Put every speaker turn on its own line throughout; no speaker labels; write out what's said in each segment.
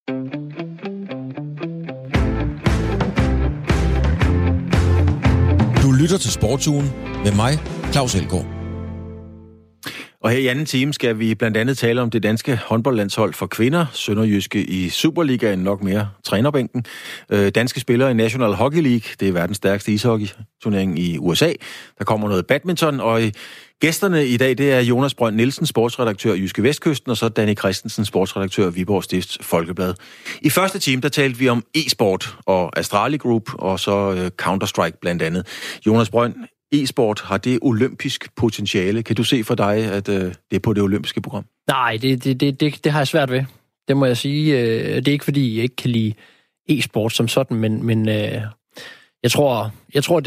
Du lytter til Sportsugen med mig, Claus Elgaard. Og her i anden time skal vi blandt andet tale om det danske håndboldlandshold for kvinder, Sønderjyske i Superligaen, nok mere trænerbænken. Danske spillere i National Hockey League, det er verdens stærkeste ishockey-turnering i USA. Der kommer noget badminton, og gæsterne i dag, det er Jonas Brønd Nielsen, sportsredaktør i Jyske Vestkysten, og så Danny Christensen, sportsredaktør Viborg Stifts Folkeblad. I første time, der talte vi om e-sport og Astrali Group, og så Counter-Strike blandt andet. Jonas Brønd, e-sport, har det olympisk potentiale? Kan du se for dig, at det er på det olympiske program?
Nej, det har jeg svært ved. Det må jeg sige. Det er ikke, fordi jeg ikke kan lide e-sport som sådan, men jeg tror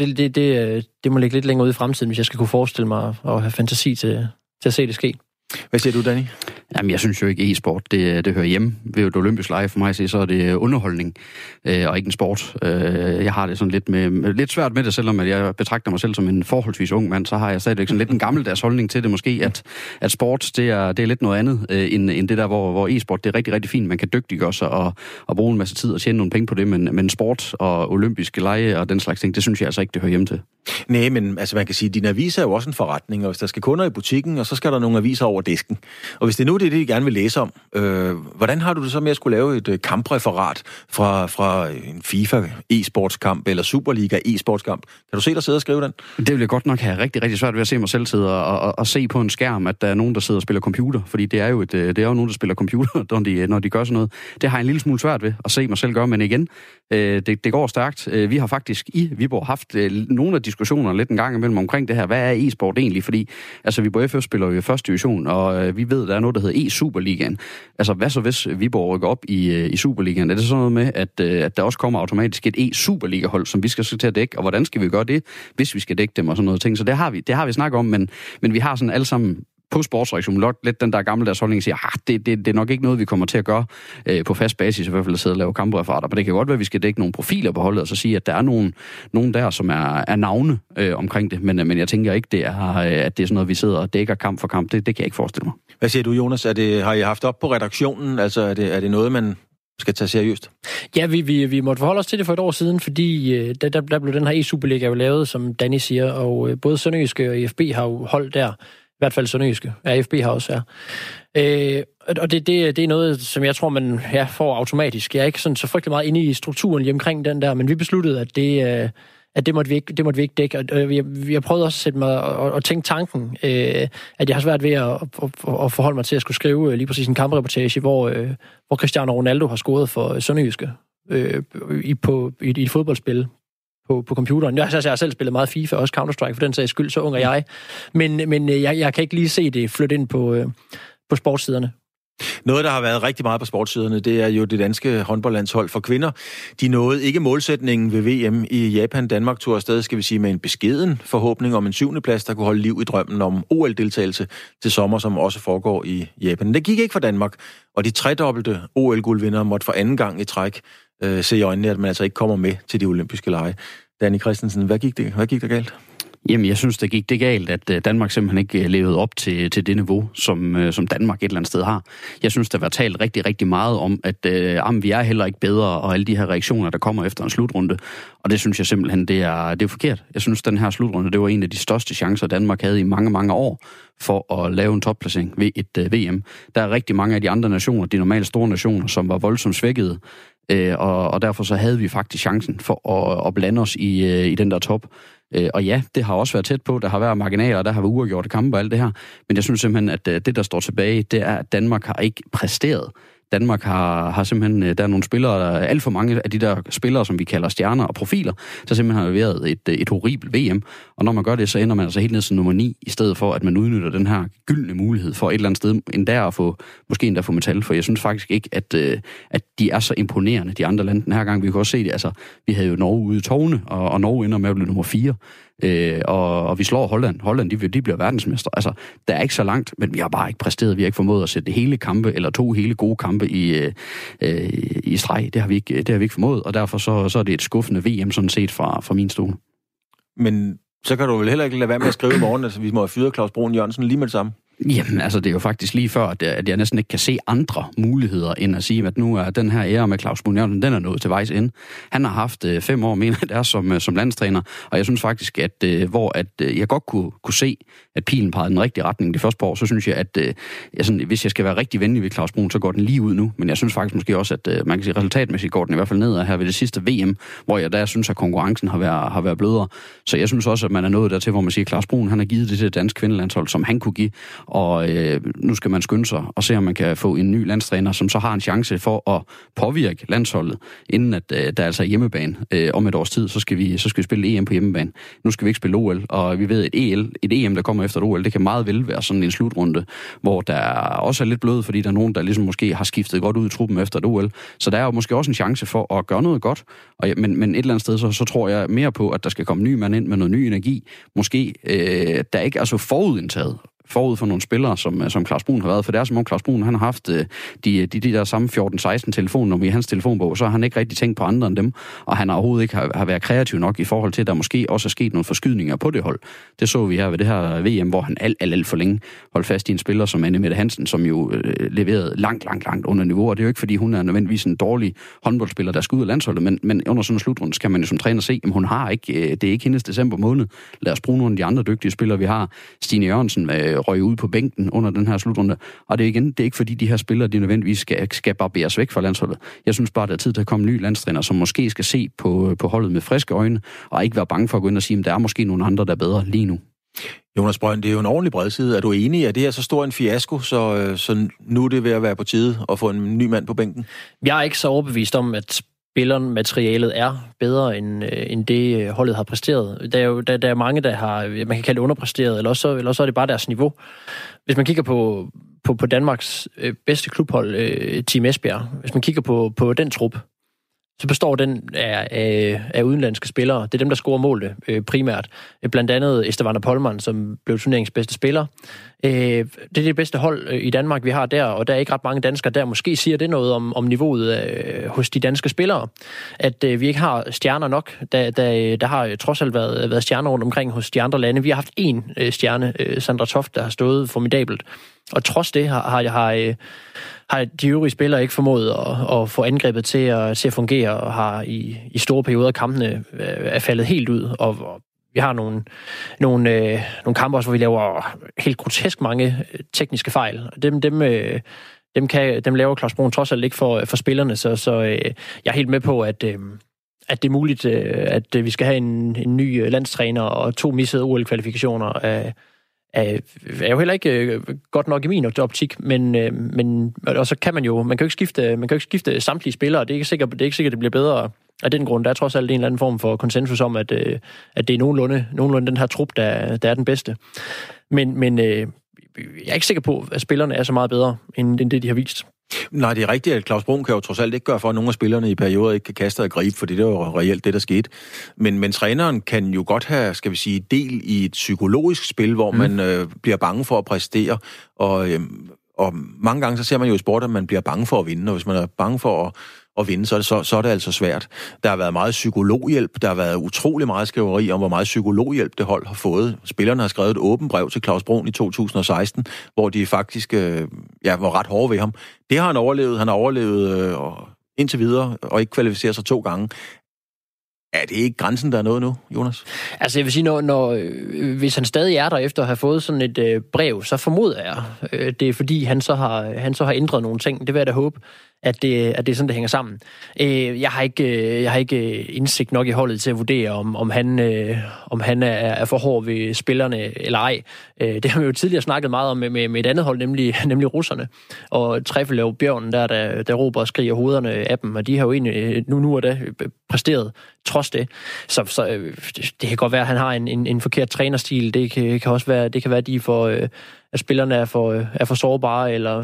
det må ligge lidt længere ude i fremtiden, hvis jeg skal kunne forestille mig at have fantasi til at se det ske.
Hvad siger du, Danny?
Jamen, jeg synes jo ikke, e-sport, det hører hjemme ved et olympisk lege. For mig at sige, så er det underholdning, og ikke en sport. Jeg har det sådan lidt svært med det, selvom at jeg betragter mig selv som en forholdsvis ung mand, så har jeg stadigvæk sådan lidt en gammeldags holdning til det måske, at sport, det er lidt noget andet, end det der, hvor e-sport, det er rigtig, rigtig fint. Man kan dygtiggøre sig og bruge en masse tid og tjene nogle penge på det, men sport og olympiske lege og den slags ting, det synes jeg altså ikke, det hører hjemme til.
Nej, men altså man kan sige, at din avis er jo også en forretning, og hvis der skal kunder i butikken, og så skal der nogle aviser over disken. Og hvis det nu er det, de gerne vil læse om, hvordan har du det så med at skulle lave et kampreferat fra en FIFA e-sportskamp eller Superliga e-sportskamp? Kan du se dig sidde og skrive den?
Det vil jeg godt nok have rigtig, rigtig svært ved at se mig selv sidde og se på en skærm, at der er nogen, der sidder og spiller computer, fordi det er jo nogen, der spiller computer, når de gør sådan noget. Det har jeg en lille smule svært ved at se mig selv gøre, men igen, det går stærkt. Vi har faktisk i Viborg haft nogle af diskussioner lidt en gang imellem omkring det her. Hvad er e-sport egentlig? Fordi altså, Viborg FF spiller jo i første division, og vi ved, der er noget, der hedder e-Superligaen. Altså, hvad så hvis Viborg rykker op i Superligaen? Er det sådan noget med, at der også kommer automatisk et e-Superliga-hold, som vi skal til at dække? Og hvordan skal vi gøre det, hvis vi skal dække dem og sådan noget ting? Så det har vi snakket om, men vi har sådan alle sammen på sportsreaktionen lidt den der gammeldags holdning siger, det er nok ikke noget, vi kommer til at gøre på fast basis, i hvert fald at sidde og lave kampreferater. Men det kan godt være, at vi skal dække nogle profiler på holdet, og så sige, at der er nogen der, som er navne omkring det. Men jeg tænker ikke, at det er sådan noget, vi sidder og dækker kamp for kamp. Det kan jeg ikke forestille mig.
Hvad siger du, Jonas? Har I haft op på redaktionen? Altså, er det noget, man skal tage seriøst?
Ja, vi måtte forholde os til det for et år siden, fordi der blev den her e-Superliga jo lavet, som Danny siger, og både Sønderjyske og IFB har jo holdt der. I hvert fald Sønderjyske. Ja, IFB har også, ja. Og det er noget, som jeg tror, man får automatisk. Jeg er ikke sådan så frygtelig meget inde i strukturen lige omkring den der, men vi besluttede, at det måtte vi ikke dække. Og jeg prøvede også at sætte mig og tænke tanken, at jeg har svært ved at forholde mig til at skulle skrive lige præcis en kampreportage, hvor Cristiano Ronaldo har scoret for Sønderjyske i et fodboldspil på computeren. Jeg har selv spillet meget FIFA, også Counter-Strike, for den sags skyld, så ung er jeg. Men jeg kan ikke lige se det flytte ind på sportssiderne.
Noget, der har været rigtig meget på sportssiderne, det er jo det danske håndboldlandshold for kvinder. De nåede ikke målsætningen ved VM i Japan. Danmark tog afsted, skal vi sige, med en beskeden forhåbning om en 7. plads, der kunne holde liv i drømmen om OL-deltagelse til sommer, som også foregår i Japan. Det gik ikke for Danmark, og de tredobbelte OL-guldvindere måtte for anden gang i træk se i øjnene, at man altså ikke kommer med til de olympiske lege. Danny Christensen, hvad gik der galt?
Jamen, jeg synes, det gik det galt, at Danmark simpelthen ikke levede op til det niveau, som Danmark et eller andet sted har. Jeg synes, der var talt rigtig, rigtig meget om, at vi er heller ikke bedre, og alle de her reaktioner, der kommer efter en slutrunde. Og det synes jeg simpelthen, det er forkert. Jeg synes, den her slutrunde, det var en af de største chancer, Danmark havde i mange, mange år for at lave en topplacering ved et VM. Der er rigtig mange af de andre nationer, de normale store nationer, som var voldsomt svækkede. Og derfor så havde vi faktisk chancen for at blande os i den der top. Og ja, det har også været tæt på. Der har været marginaler, og der har været uafgjorte kampe og alt det her. Men jeg synes simpelthen, at det, der står tilbage, det er, at Danmark har ikke præsteret. Danmark har simpelthen, der er nogle spillere, alt for mange af de der spillere, som vi kalder stjerner og profiler, der simpelthen har leveret et horribelt VM. Og når man gør det, så ender man altså helt ned til nummer 9, i stedet for, at man udnytter den her gyldne mulighed for et eller andet sted endda at få, måske endda få metal. For jeg synes faktisk ikke, at de er så imponerende, de andre lande den her gang. Vi kan også se det, altså, vi havde jo Norge ude i tårne, og Norge ender med at blive nummer 4. Og vi slår Holland. Holland, de bliver verdensmester. Altså, der er ikke så langt, men vi har bare ikke præsteret. Vi har ikke formået at sætte hele kampe, eller 2 hele gode kampe i streg. Det har vi ikke formået, og derfor så er det et skuffende VM, sådan set fra min stol.
Men så kan du vel heller ikke lade være med at skrive i morgen, altså vi må have fyret Claus Brun Jørgensen lige med det samme?
Jamen, altså det er jo faktisk lige før, at jeg næsten ikke kan se andre muligheder, end at sige, at nu er den her ære med Claus Brun Jørgensen, den er nået til vejs ende. Han har haft 5 år, mener jeg, som landstræner, og jeg synes faktisk, at jeg godt kunne se, at pilen pegede den rigtige retning det første par år, så synes jeg, at hvis jeg skal være rigtig venlig ved Claus Brun, så går den lige ud nu. Men jeg synes faktisk måske også, at man kan sige, resultatmæssigt går den i hvert fald nedad her ved det sidste VM, hvor jeg synes, at konkurrencen har været blødere. Så jeg synes også, at man er nået dertil, hvor man siger, at Claus Brun, han har givet det til det danske kvindelandshold, som han kunne give. Og nu skal man skynde sig og se, om man kan få en ny landstræner, som så har en chance for at påvirke landsholdet, inden at der altså er hjemmebane om et års tid, så skal vi spille EM på hjemmebane. Nu skal vi ikke spille OL, og vi ved, at et EM, der kommer efter et OL, det kan meget vel være sådan en slutrunde, hvor der også er lidt blød, fordi der er nogen, der ligesom måske har skiftet godt ud i truppen efter et OL. Så der er jo måske også en chance for at gøre noget godt. Men et eller andet sted, så tror jeg mere på, at der skal komme ny mand ind med noget ny energi. Måske der ikke er så forudindtaget forud for nogle spillere, som Claus Brun har været. For det er som om Claus Brun, han har haft de der samme 14-16 telefonnumre i hans telefonbog, så har han ikke rigtig tænkt på andre end dem, og han har overhovedet ikke har været kreativ nok i forhold til, at der måske også er sket nogle forskydninger på det hold. Det så vi her ved det her VM, hvor han alt for længe holdt fast i en spiller som Anne Mette Hansen, som jo leverede langt under niveau, og det er jo ikke, fordi hun er nødvendigvis en dårlig håndboldspiller, der skal ud af landsholdet, men under sådan en slutrunde kan man jo som træner se, at hun har ikke, det er ikke hendes december måned. Lad os bruge nogle af de andre dygtige spillere, vi har. Stine Jørgensen røg ud på bænken under den her slutrunde. Og det er ikke fordi de her spillere, de nødvendigvis skal barberes væk fra landsholdet. Jeg synes bare, der er tid til at komme en ny landstræner, som måske skal se på holdet med friske øjne, og ikke være bange for at gå ind og sige, at der er måske nogle andre, der er bedre lige nu.
Jonas Brønd, det er jo en ordentlig bredside. Er du enig i, at det er så stor en fiasko, så nu er det ved at være på tide at få en ny mand på bænken? Jeg
er ikke så overbevist om, at spillermaterialet er bedre end det holdet har præsteret. Der er mange, der har, man kan kalde det underpræsteret, eller så er det bare deres niveau. Hvis man kigger på Danmarks bedste klubhold, Team Esbjerg, hvis man kigger på den trup, så består den af udenlandske spillere. Det er dem, der scorer målene primært. Blandt andet Esteban Polman, som blev turneringens bedste spiller. Det er det bedste hold i Danmark, vi har der, og der er ikke ret mange danskere der. Måske siger det noget om niveauet hos de danske spillere, at vi ikke har stjerner nok. Der har trods alt været stjerner rundt omkring hos de andre lande. Vi har haft én stjerne, Sandra Toft, der har stået formidabelt. Og trods det har de øvrige spillere ikke formået at få angrebet til at fungere, og har i store perioder af kampene er faldet helt ud. Og vi har nogle kampe også, hvor vi laver helt grotesk mange tekniske fejl. Dem laver Claus Brun trods alt ikke for spillerne, så jeg er helt med på, at det er muligt, at vi skal have en ny landstræner og 2 missede OL-kvalifikationer er jo heller ikke godt nok i min optik, men og så kan man kan jo ikke skifte samtlige spillere. Det er ikke sikkert, det bliver bedre af den grund. Der er trods alt en eller anden form for konsensus om, at det er nogenlunde den her trup, der er den bedste. Men jeg er ikke sikker på, at spillerne er så meget bedre, end det, de har vist.
Nej, det er rigtigt, at Claus Brun kan jo trods alt ikke gøre for, at nogle af spillerne i perioder ikke kan kaste og gribe, fordi det er jo reelt det, der skete. Men træneren kan jo godt have, skal vi sige, del i et psykologisk spil, hvor man bliver bange for at præstere, og mange gange så ser man jo i sport, at man bliver bange for at vinde, og hvis man er bange for at vinde, så er det altså svært. Der har været meget psykologhjælp, der har været utrolig meget skriveri om, hvor meget psykologhjælp det hold har fået. Spillerne har skrevet et åbent brev til Claus Brun i 2016, hvor de faktisk var ret hårde ved ham. Det har han overlevet. Han har overlevet indtil videre, og ikke kvalificeret sig 2 gange. Er det ikke grænsen, der er noget nu, Jonas? Altså
jeg vil sige, hvis han stadig er der efter at have fået sådan et brev, så formoder jeg, det er fordi han så har ændret nogle ting. Det vil jeg da håbe, at det er sådan, det hænger sammen. Jeg har ikke indsigt nok i holdet til at vurdere, om han er for hård ved spillerne eller ej. Det har vi jo tidligere snakket meget om med et andet hold, nemlig russerne. Og Treffelov Bjørnen, der råber og skriger hovederne af dem, og de har jo egentlig nu og da præsteret trods det. Så det kan godt være, at han har en forkert trænerstil. Det kan også være, at spillerne er for sårbare, eller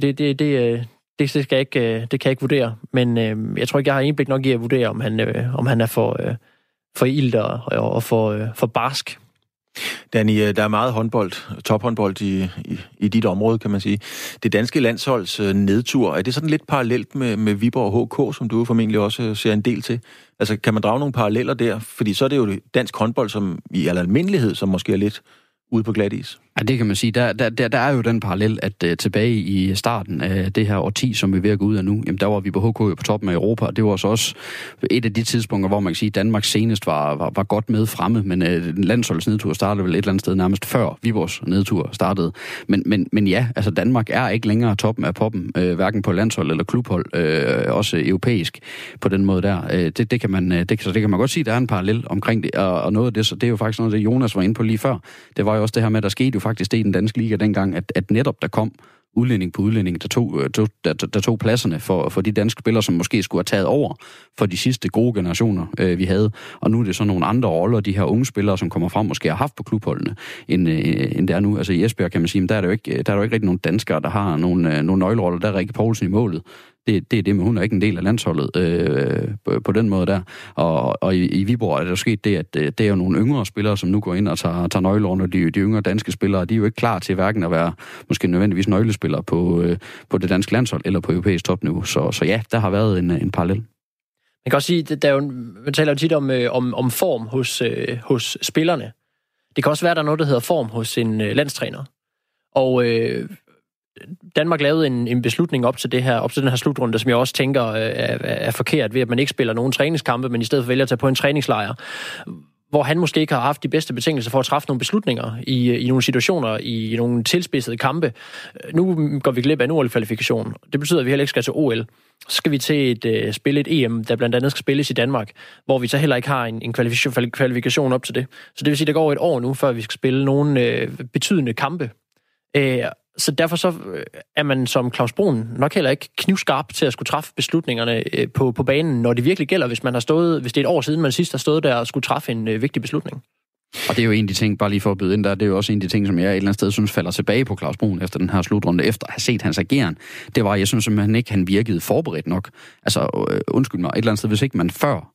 det kan jeg ikke vurdere. Men jeg tror ikke, jeg har indblik nok i at vurdere, om han er for ild og for barsk.
Danny, der er meget tophåndbold i dit område, kan man sige. Det danske landsholds nedtur, er det sådan lidt parallelt med Viborg HK, som du formentlig også ser en del til? Altså, kan man drage nogle paralleller der? Fordi så er det jo dansk håndbold, som i al almindelighed, som måske er lidt ude på glatis.
Ja, det kan man sige. Der er jo den parallel, at tilbage i starten af det her årti, som vi er ved at gå ud af nu, jamen der var vi på HK på toppen af Europa, og det var så også et af de tidspunkter, hvor man kan sige, at Danmark senest var godt med fremme, men landsholdets nedtur startede vel et eller andet sted nærmest før Viborgs nedtur startede. Men ja, altså Danmark er ikke længere toppen af poppen, hverken på landshold eller klubhold, også europæisk på den måde der. Det kan man godt sige, der er en parallel omkring det, og noget af det, så det er jo faktisk noget, det Jonas var inde på lige før. Det var jo også det her med, der skete jo faktisk det i den danske liga dengang, at netop der kom udlænding på udlænding, der tog pladserne for de danske spillere, som måske skulle have taget over for de sidste gode generationer, vi havde. Og nu er det så nogle andre roller, de her unge spillere, som kommer frem, måske har haft på klubholdene, end det er nu. Altså i Esbjerg kan man sige, der er jo ikke rigtig nogen danskere, der har nogle nøgleroller. Der er Rikke Poulsen i målet. Det er det, men hun er ikke en del af landsholdet på den måde der. Og i Viborg er der sket det, at det er jo nogle yngre spillere, som nu går ind og tager nøgleroller. De yngre danske spillere, de er jo ikke klar til hverken at være måske nødvendigvis nøglespillere på det danske landshold eller på europæisk topniveau. Så ja, der har været en parallel.
Man kan også sige, at man taler jo tit om form hos spillerne. Det kan også være, at der er noget, der hedder form hos en landstræner. Og Danmark lavede en beslutning op til den her slutrunde, som jeg også tænker er forkert ved, at man ikke spiller nogen træningskampe, men i stedet for vælger at tage på en træningslejr, hvor han måske ikke har haft de bedste betingelser for at træffe nogle beslutninger i nogle situationer, i nogle tilspidsede kampe. Nu går vi glip af en OL-kvalifikation. Det betyder, at vi heller ikke skal til OL. Så skal vi til spille et EM, der blandt andet skal spilles i Danmark, hvor vi så heller ikke har en kvalifikation op til det. Så det vil sige, at der går et år nu, før vi skal spille nogle betydende kampe. Så derfor så er man som Claus Bruun nok heller ikke knivskarp til at skulle træffe beslutningerne på banen, når det virkelig gælder, hvis det er et år siden, man sidst har stået der og skulle træffe en vigtig beslutning. Og
det er jo en af de ting, bare lige for at byde ind der, det er jo også en af de ting, som jeg et eller andet sted synes falder tilbage på Claus Bruun efter den her slutrunde, efter at have set hans ageren. Det var, jeg synes simpelthen ikke, han virkede forberedt nok. Altså, undskyld mig, et eller andet sted, hvis ikke man før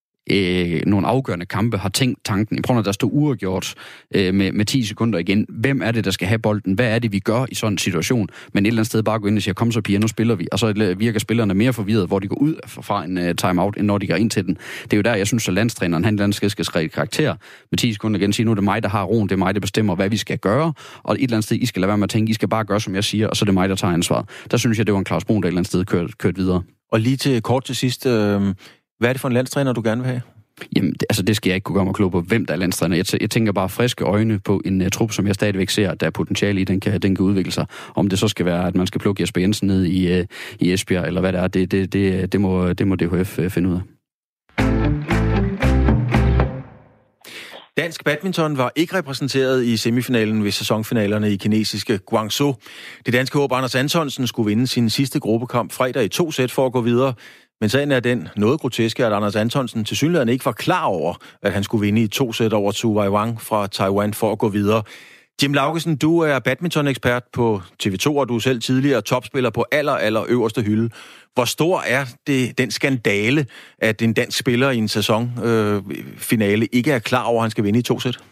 nogle afgørende kampe har tænkt tanken. Prøv at der stod uafgjort med 10 sekunder igen. Hvem er det, der skal have bolden? Hvad er det, vi gør i sådan en situation? Men et eller andet sted bare gå ind og sige, kom så piger, nu spiller vi. Og så virker spillerne mere forvirret, hvor de går ud fra en timeout, end når de går ind til den. Det er jo der, jeg synes, at landstræneren, han skal skrive karakter med 10 sekunder igen, sige, nu er det mig, der har roen, det er mig, der bestemmer, hvad vi skal gøre. Og et eller andet sted, I skal lade være med at tænke, I skal bare gøre, som jeg siger, og så er det mig, der tager ansvaret. Der synes jeg, det var en Claus Bruun, der et eller andet sted kørt videre.
Og lige kort til sidst, hvad er det for en landstræner, du gerne vil have?
Jamen, det skal jeg ikke kunne gøre mig klog på, hvem der er landstræner. Jeg tænker bare friske øjne på en trup, som jeg stadigvæk ser, at der er potentiale i, den kan udvikle sig. Om det så skal være, at man skal plukke Jesper Jensen ned i Esbjerg, eller hvad det er, det må DHF finde ud af.
Dansk badminton var ikke repræsenteret i semifinalen ved sæsonfinalerne i kinesiske Guangzhou. Det danske håb Anders Antonsen skulle vinde sin sidste gruppekamp fredag i 2 sæt for at gå videre. Men sagen er den noget groteske, at Anders Antonsen tilsyneladende ikke var klar over, at han skulle vinde i 2 sæt over Tu Weiwang fra Taiwan for at gå videre. Jim Laugesen, du er badminton-ekspert på TV2, og du er selv tidligere topspiller på aller øverste hylde. Hvor stor er den skandale, at en dansk spiller i en sæsonfinale ikke er klar over, at han skal vinde i 2 sæt?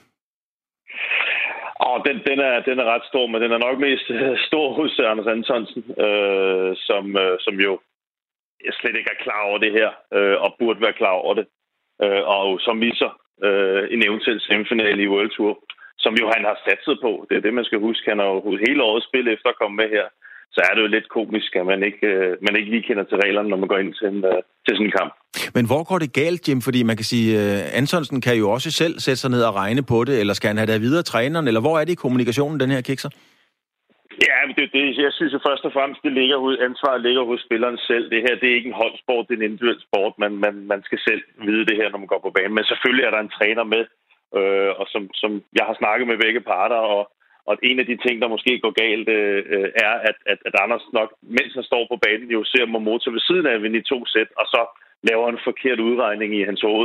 Den er ret stor, men den er nok mest stor hos Anders Antonsen, som jo slet ikke er klar over det her, og burde være klar over det, og som misser en eventuel semifinale i World Tour, som jo han har satset på. Det er det, man skal huske. Han har jo hele året spillet efter at komme med her. Så er det jo lidt komisk, at man ikke lige kender til reglerne, når man går ind til sådan en kamp. Men hvor går det galt, Jim? Fordi man kan sige, Antonsen kan jo også selv sætte sig ned og regne på det, eller skal han have det videre træneren, eller hvor er det i kommunikationen, den her kikser? Ja, men jeg synes jo først og fremmest, ansvaret ligger hos spilleren selv. Det her, det er ikke en holdsport, det er en individuel sport. Man skal selv vide det her, når man går på banen. Men selvfølgelig er der en træner med, og som jeg har snakket med begge parter, og en af de ting, der måske går galt, er, at Anders nok, mens han står på banen, jo ser Momota ved siden af at vinde i 2 sæt, og så laver en forkert udregning i hans hoved.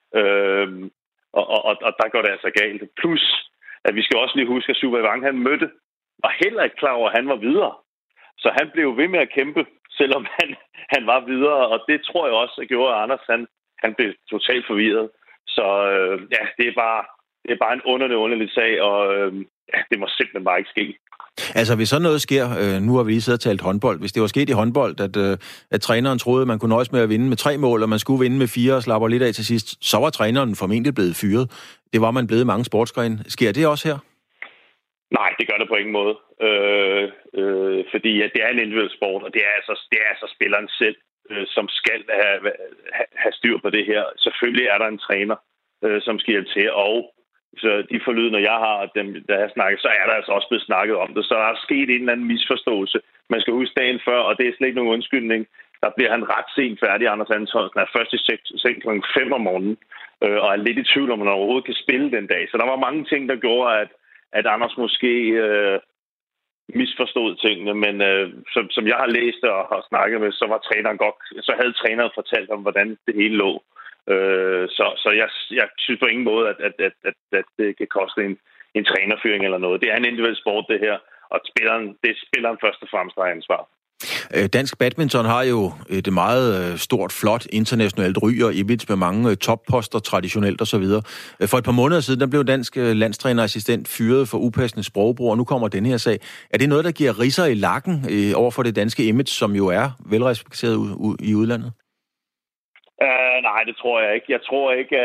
Og der går det altså galt. Plus, at vi skal også lige huske, at Tu Weiwang, han mødte, var heller ikke klar over, at han var videre. Så han blev ved med at kæmpe, selvom han var videre, og det tror jeg også, at gjorde Anders, han blev totalt forvirret. Så det er bare en underlig sag, og det må simpelthen bare ikke ske. Altså, hvis sådan noget sker, nu har vi lige siddet og talt håndbold, hvis det var sket i håndbold, at træneren troede, at man kunne nøjes med at vinde med 3 mål, og man skulle vinde med 4 og slapper lidt af til sidst, så var træneren formentlig blevet fyret. Det var man blevet i mange sportsgrene. Sker det også her? Nej, det gør det på ingen måde. Fordi at det er en individuel sport, og det er altså spilleren selv, som skal have styr på det her. Selvfølgelig er der en træner, som skal hjælpe til, og så de forlydende, jeg har, dem, der har snakket, så er der altså også blevet snakket om det. Så der er sket en eller anden misforståelse. Man skal huske dagen før, og det er slet ikke nogen undskyldning. Der bliver han ret sent færdig, Anders Antonsen er først i seng kl. 5 om morgenen, og er lidt i tvivl om, man overhovedet kan spille den dag. Så der var mange ting, der gjorde, at Anders måske misforstod tingene, men som jeg har læst og har snakket med, så havde træneren fortalt om, hvordan det hele lå. Så jeg synes på ingen måde, at det kan koste en trænerfyring eller noget. Det er en individuel sport, det her, og det er spilleren først og fremmest, der har ansvar.
Dansk badminton har jo et meget stort, flot internationalt ry og image med mange topposter traditionelt osv. For et par måneder siden, der blev dansk landstrænerassistent fyret for upassende sprogbrug, og nu kommer denne her sag. Er det noget, der giver ridser i lakken over for det danske image, som jo er velrespekteret i udlandet?
Nej, det tror jeg ikke. Jeg tror ikke,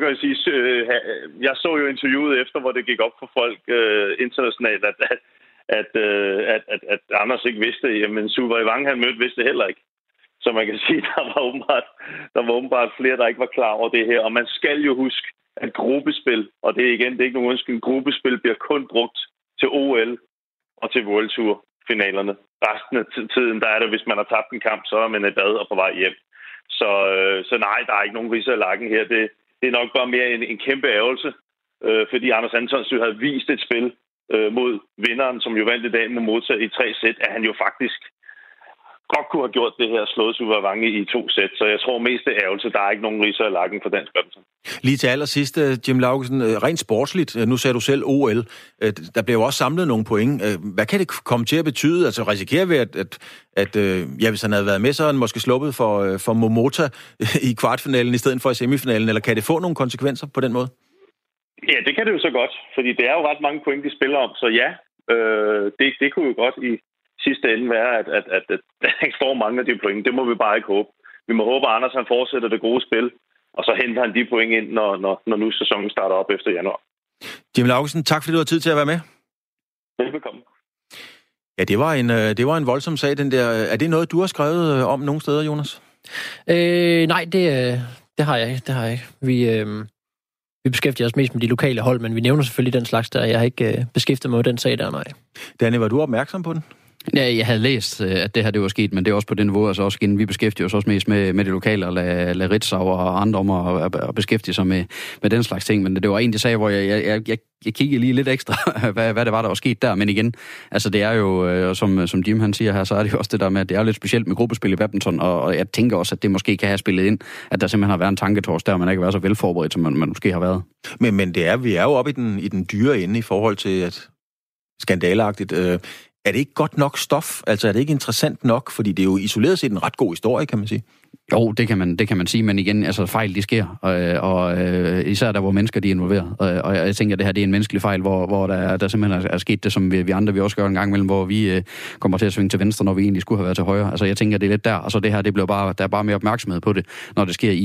jeg så jo interviewet efter, hvor det gik op for folk internationalt, at Anders ikke vidste, jamen Super Ivang, han mødte, vidste heller ikke. Så man kan sige, der var åbenbart flere, der ikke var klar over det her. Og man skal jo huske, at gruppespil, og det er ikke nogen undskyld, gruppespil bliver kun brugt til OL og til World Tour finalerne. Resten af tiden, der er det, hvis man har tabt en kamp, så er man i bad og på vej hjem. Så nej, der er ikke nogen ridser i lakken her. Det er nok bare mere en kæmpe ærgelse, fordi Anders Antonsen havde vist et spil mod vinderen, som jo vandt i dag med Mota i 3 sæt, at han jo faktisk godt kunne have gjort det her, slået Super Ivang i 2 sæt. Så jeg tror mest det er ærgelse. Der er ikke nogen ridser i lakken for dansk badminton. Lige
til allersidst, Jim Laugesen, rent sportsligt, nu sagde du selv OL, der bliver jo også samlet nogle point. Hvad kan det komme til at betyde? Altså risikerer vi, at hvis han havde været med, så havde han måske sluppet for Momota i kvartfinalen i stedet for i semifinalen, eller kan det få nogle konsekvenser på den måde?
Ja, det kan det jo så godt, fordi det er jo ret mange point, de spiller om, så ja, det kunne jo godt i sidste ende være, at der ikke står mange af de point. Det må vi bare ikke håbe. Vi må håbe, at Anders han fortsætter det gode spil, og så henter han de point ind, når nu sæsonen starter op efter januar.
Jim Laugesen, tak fordi du har tid til at være med.
Velbekomme.
Ja, det var en voldsom sag, den der. Er det noget, du har skrevet om nogle steder, Jonas?
Nej, det har jeg ikke. Vi beskæftiger os mest med de lokale hold, men vi nævner selvfølgelig den slags der. Jeg har ikke beskæftiget mig med den sag der, nej.
Danny, var du opmærksom på den?
Ja, jeg havde læst, at det her det var sket, men det er også på den niveau, altså også igen, vi beskæftiger os også mest med det lokale, og lade Ritzau og andre om at beskæftige sig med den slags ting, men det var en, de sagde, hvor jeg kiggede lige lidt ekstra, hvad det var, der var sket der, men igen, altså det er jo, som Jim han siger her, så er det jo også det der med, at det er lidt specielt med gruppespil i badminton, og jeg tænker også, at det måske kan have spillet ind, at der simpelthen har været en tanketors der, man ikke har været så velforberedt, som man måske har været.
Men vi er jo oppe i den dyre ende i forhold til, at skandaleagtigt. Er det ikke godt nok stof? Altså er det ikke interessant nok? Fordi det er jo isoleret set en ret god historie, kan man sige.
Jo, det kan man sige, men igen, altså fejl, de sker, og især der, hvor mennesker de er involveret. Og jeg tænker, at det her det er en menneskelig fejl, hvor der simpelthen er sket det, som vi andre vi også gør en gang imellem, hvor vi kommer til at svinge til venstre, når vi egentlig skulle have været til højre. Altså jeg tænker, det er lidt der, og så det her, der er bare mere opmærksomhed på det, når det sker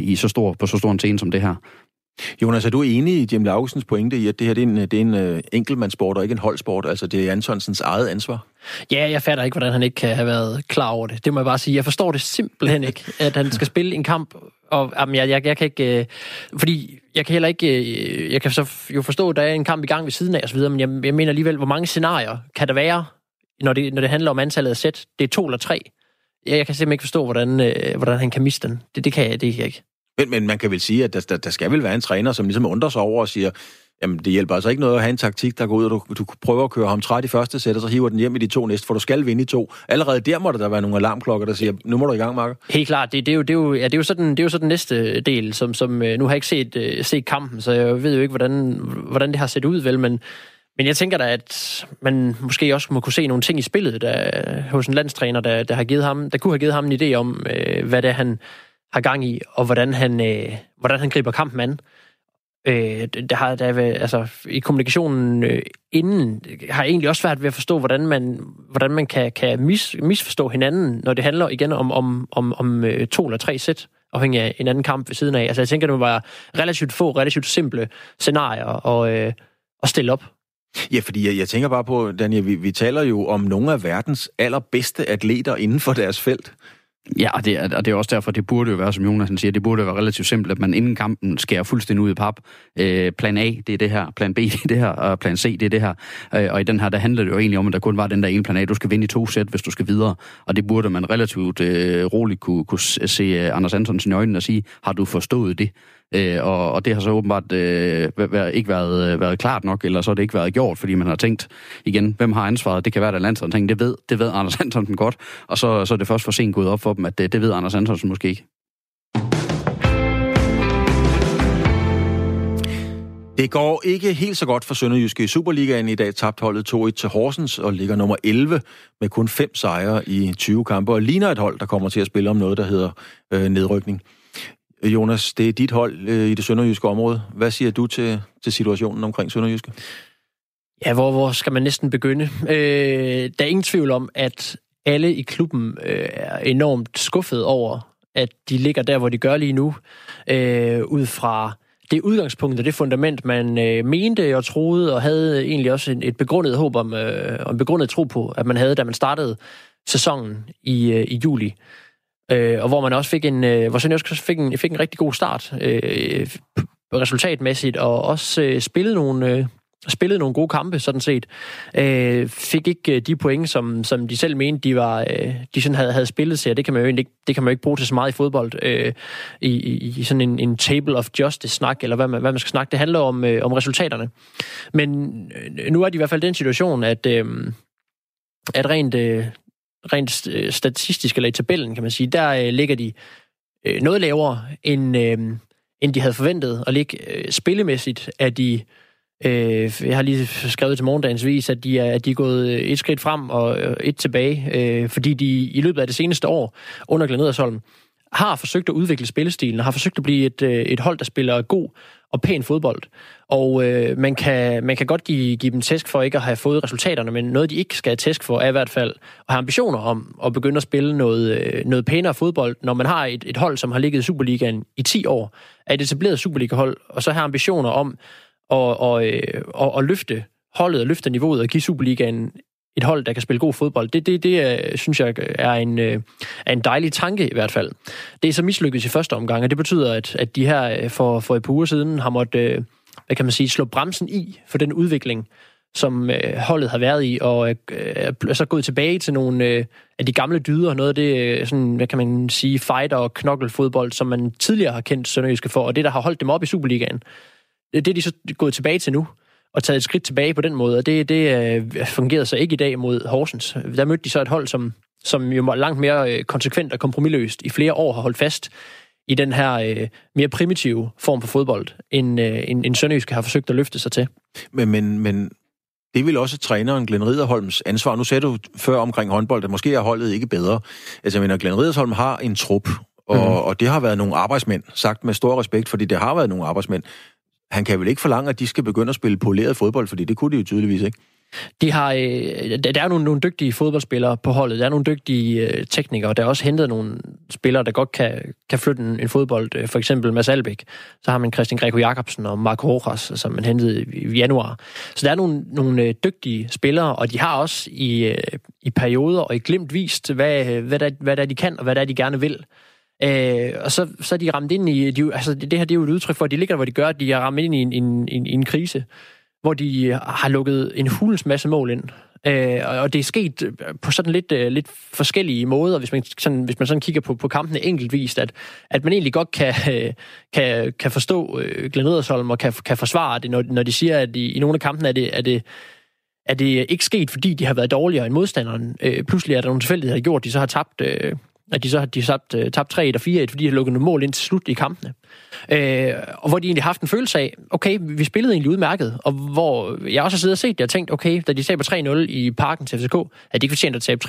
på så stor en scene som det her.
Jonas, er du enig i Jim Laugesens pointe i, at det her det er en enkeltmandssport og ikke en holdsport? Altså det er Antonsens eget ansvar?
Ja, jeg fatter ikke, hvordan han ikke kan have været klar over det. Det må jeg bare sige. Jeg forstår det simpelthen ikke, at han skal spille en kamp. Og jamen, jeg kan ikke... fordi jeg kan heller ikke... Jeg kan så jo forstå, at der er en kamp i gang ved siden af osv., men jeg mener alligevel, hvor mange scenarier kan der være, når det handler om antallet af sæt? Det er 2 eller 3. Jeg kan simpelthen ikke forstå, hvordan han kan miste den. Det kan jeg ikke.
Men man kan vel sige, at der skal vel være en træner, som ligesom undrer sig over og siger, jamen det hjælper altså ikke noget at have en taktik, der går ud, og du prøver at køre ham træt i første sæt, og så hiver den hjem i de 2 næste, for du skal vinde i 2. Allerede der må der være nogle alarmklokker, der siger, nu må du i gang, Marker.
Helt klart. Det er jo så den næste del, som nu har jeg ikke set kampen, så jeg ved jo ikke, hvordan det har set ud, vel, men jeg tænker da, at man måske også må kunne se nogle ting i spillet, der hos en landstræner, der kunne have givet ham en idé om, hvad det er, han har gang i, og hvordan han griber kampen an. I kommunikationen inden har jeg egentlig også svært ved at forstå, hvordan man kan misforstå hinanden, når det handler igen om 2 eller 3 sæt, afhængig af en anden kamp ved siden af. Altså jeg tænker, det må være relativt simple scenarier at stille op.
Ja, fordi jeg tænker bare på, Daniel, vi taler jo om nogle af verdens allerbedste atleter inden for deres felt.
Ja, og det er også derfor, det burde jo være, som Jonas siger, det burde jo være relativt simpelt, at man inden kampen skærer fuldstændig ud i pap. Plan A, det er det her, plan B, det er det her, og plan C, det er det her. Og i den her, der handler det jo egentlig om, at der kun var den der ene plan A. Du skal vinde i 2 sæt, hvis du skal videre. Og det burde man relativt roligt kunne se Anders Antonsen i øjnene og sige, har du forstået det? Og det har så åbenbart ikke været klart nok, eller så har det ikke været gjort, fordi man har tænkt igen, hvem har ansvaret? Det kan være, der landsholdet tænkt, det ved Anders Antonsen godt, og så er det først for sent gået op for dem, at det ved Anders Antonsen måske ikke.
Det går ikke helt så godt for SønderjyskE i Superligaen. I dag tabte holdet 2-1 til Horsens og ligger nummer 11 med kun 5 sejre i 20 kampe, og ligner et hold, der kommer til at spille om noget, der hedder nedrykning. Jonas, det er dit hold i det sønderjyske område. Hvad siger du til situationen omkring SønderjyskE?
Ja, hvor skal man næsten begynde? Der er ingen tvivl om, at alle i klubben er enormt skuffet over, at de ligger der, hvor de gør lige nu. Ud fra det udgangspunkt og det fundament, man mente og troede, og havde egentlig også et begrundet håb om, og en begrundet tro på, at man havde, da man startede sæsonen i juli. Og hvor man også fik fik en rigtig god start resultatmæssigt, og også spillede nogle gode kampe, sådan set. Fik ikke de point, som de selv mente, de sådan havde spillet sig, og det kan man jo ikke bruge til så meget i fodbold, i sådan en table of justice-snak, eller hvad man skal snakke. Det handler om resultaterne. Men nu er de i hvert fald den situation, at rent statistisk, eller i tabellen, kan man sige, der ligger de noget lavere, end de havde forventet, og ligge spillemæssigt, at de jeg har lige skrevet til morgendagens vis, at de er gået et skridt frem og et tilbage, fordi de i løbet af det seneste år under Glenn Edersholm har forsøgt at udvikle spillestilen, og har forsøgt at blive et hold, der spiller god og pæn fodbold. Og man kan godt give dem tæsk for ikke at have fået resultaterne, men noget, de ikke skal have tæsk for, er i hvert fald at have ambitioner om at begynde at spille noget pænere fodbold, når man har et hold, som har ligget i Superligaen i 10 år, er et etableret Superliga-hold, og så har ambitioner om at løfte holdet og løfte niveauet og give Superligaen et hold, der kan spille god fodbold. Det synes jeg er en dejlig tanke i hvert fald. Det er så mislykket i første omgang, og det betyder, at de her for et par uger siden har måttet, hvad kan man sige, slå bremsen i for den udvikling, som holdet har været i, og er så gået tilbage til nogle af de gamle dyder, noget af det, sådan, hvad kan man sige, fighter- og knokkelfodbold, som man tidligere har kendt SønderjyskE for, og det, der har holdt dem op i Superligaen. Det er de så gået tilbage til nu, og taget et skridt tilbage på den måde, og det fungerede så ikke i dag mod Horsens. Der mødte de så et hold, som jo langt mere konsekvent og kompromisløst i flere år har holdt fast i den her mere primitive form for fodbold, end SønderjyskE har forsøgt at løfte sig til. Men det er vel også træneren Glenn Ridderholms ansvar. Nu sagde du før omkring håndbold, at måske er holdet ikke bedre. Altså, jeg mener, Glenn Ridderholm har en trup, og det har været nogle arbejdsmænd, sagt med stor respekt, fordi det har været nogle arbejdsmænd. Han kan vel ikke forlange, at de skal begynde at spille poleret fodbold, fordi det kunne de jo tydeligvis ikke. Der er nogle dygtige fodboldspillere på holdet. Der er nogle dygtige teknikere. Der er også hentet nogle spillere, der godt kan flytte en fodbold. For eksempel Mads Albeck. Så har man Christian Greco Jacobsen og Marco Rojas, som man hentede i januar. Så der er nogle dygtige spillere, og de har også i perioder og i glimt vist, hvad der de kan, og hvad der de gerne vil. Og så er de ramt ind i... det her det er jo et udtryk for, at de ligger, hvor de gør. De er ramt ind i en krise, hvor de har lukket en hulens masse mål ind. Og det er sket på sådan lidt forskellige måder, hvis man sådan kigger på kampene enkeltvist, at man egentlig godt kan forstå Glenn Ridderholm og kan forsvare det, når de siger, at i nogle af kampene er det ikke sket, fordi de har været dårligere end modstanderen. Pludselig er der nogle tilfældigheder, der har gjort, at de så har tabt... at de så har tabt 3-1 og 4-1, fordi de har lukket nogle mål ind til slut i kampene. Og hvor de egentlig har haft en følelse af, okay, vi spillede egentlig udmærket, og hvor jeg også har siddet og set det og tænkt, okay, da de taber 3-0 i Parken til FCK, at de ikke fortjente at tabe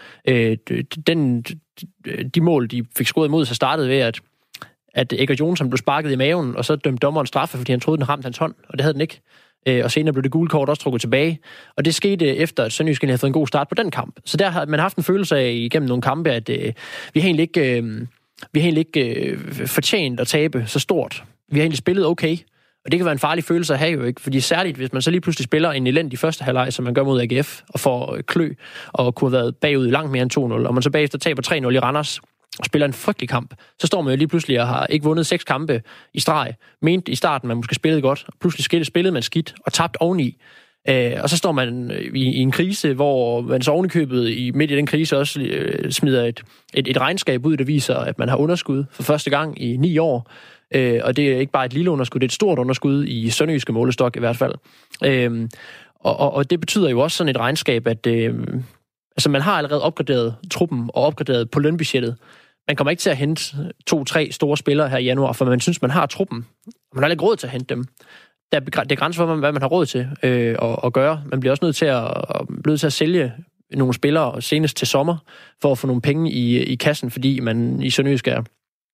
3-0. De mål, de fik scoret imod, så startede ved, at Egger Johnsen blev sparket i maven, og så dømte dommeren straffe, fordi han troede, den ramte hans hånd, og det havde den ikke. Og senere blev det gule kort også trukket tilbage. Og det skete efter, at SønderjyskE havde fået en god start på den kamp. Så der har man haft en følelse af igennem nogle kampe, at vi har egentlig ikke fortjent at tabe så stort. Vi har egentlig spillet okay, Og det kan være en farlig følelse at have jo, ikke? Fordi særligt, hvis man så lige pludselig spiller en elendig første halvleg, som man gør mod AGF, og får klø, og kunne have været bagud i langt mere end 2-0, og man så bagefter taber 3-0 i Randers, og spiller en frygtelig kamp, så står man jo lige pludselig og har ikke vundet 6 kampe i streg. Mente i starten, man måske spillede godt, og pludselig spillede man skidt og tabt oveni. Og så står man i en krise, hvor man så ovenikøbet midt i den krise også smider et regnskab ud, der viser, at man har underskud for første gang i 9 år. Og det er ikke bare et lille underskud, det er et stort underskud i sønderjyske målestok i hvert fald. Og det betyder jo også sådan et regnskab, at altså man har allerede opgraderet truppen og opgraderet på lønbudgettet. Man kommer ikke til at hente 2-3 store spillere her i januar, for man synes, man har truppen. Man har ikke råd til at hente dem. Det er grænser for, hvad man har råd til at gøre. Man bliver også nødt til at sælge nogle spillere senest til sommer, for at få nogle penge i kassen, fordi man i Sønderjysk er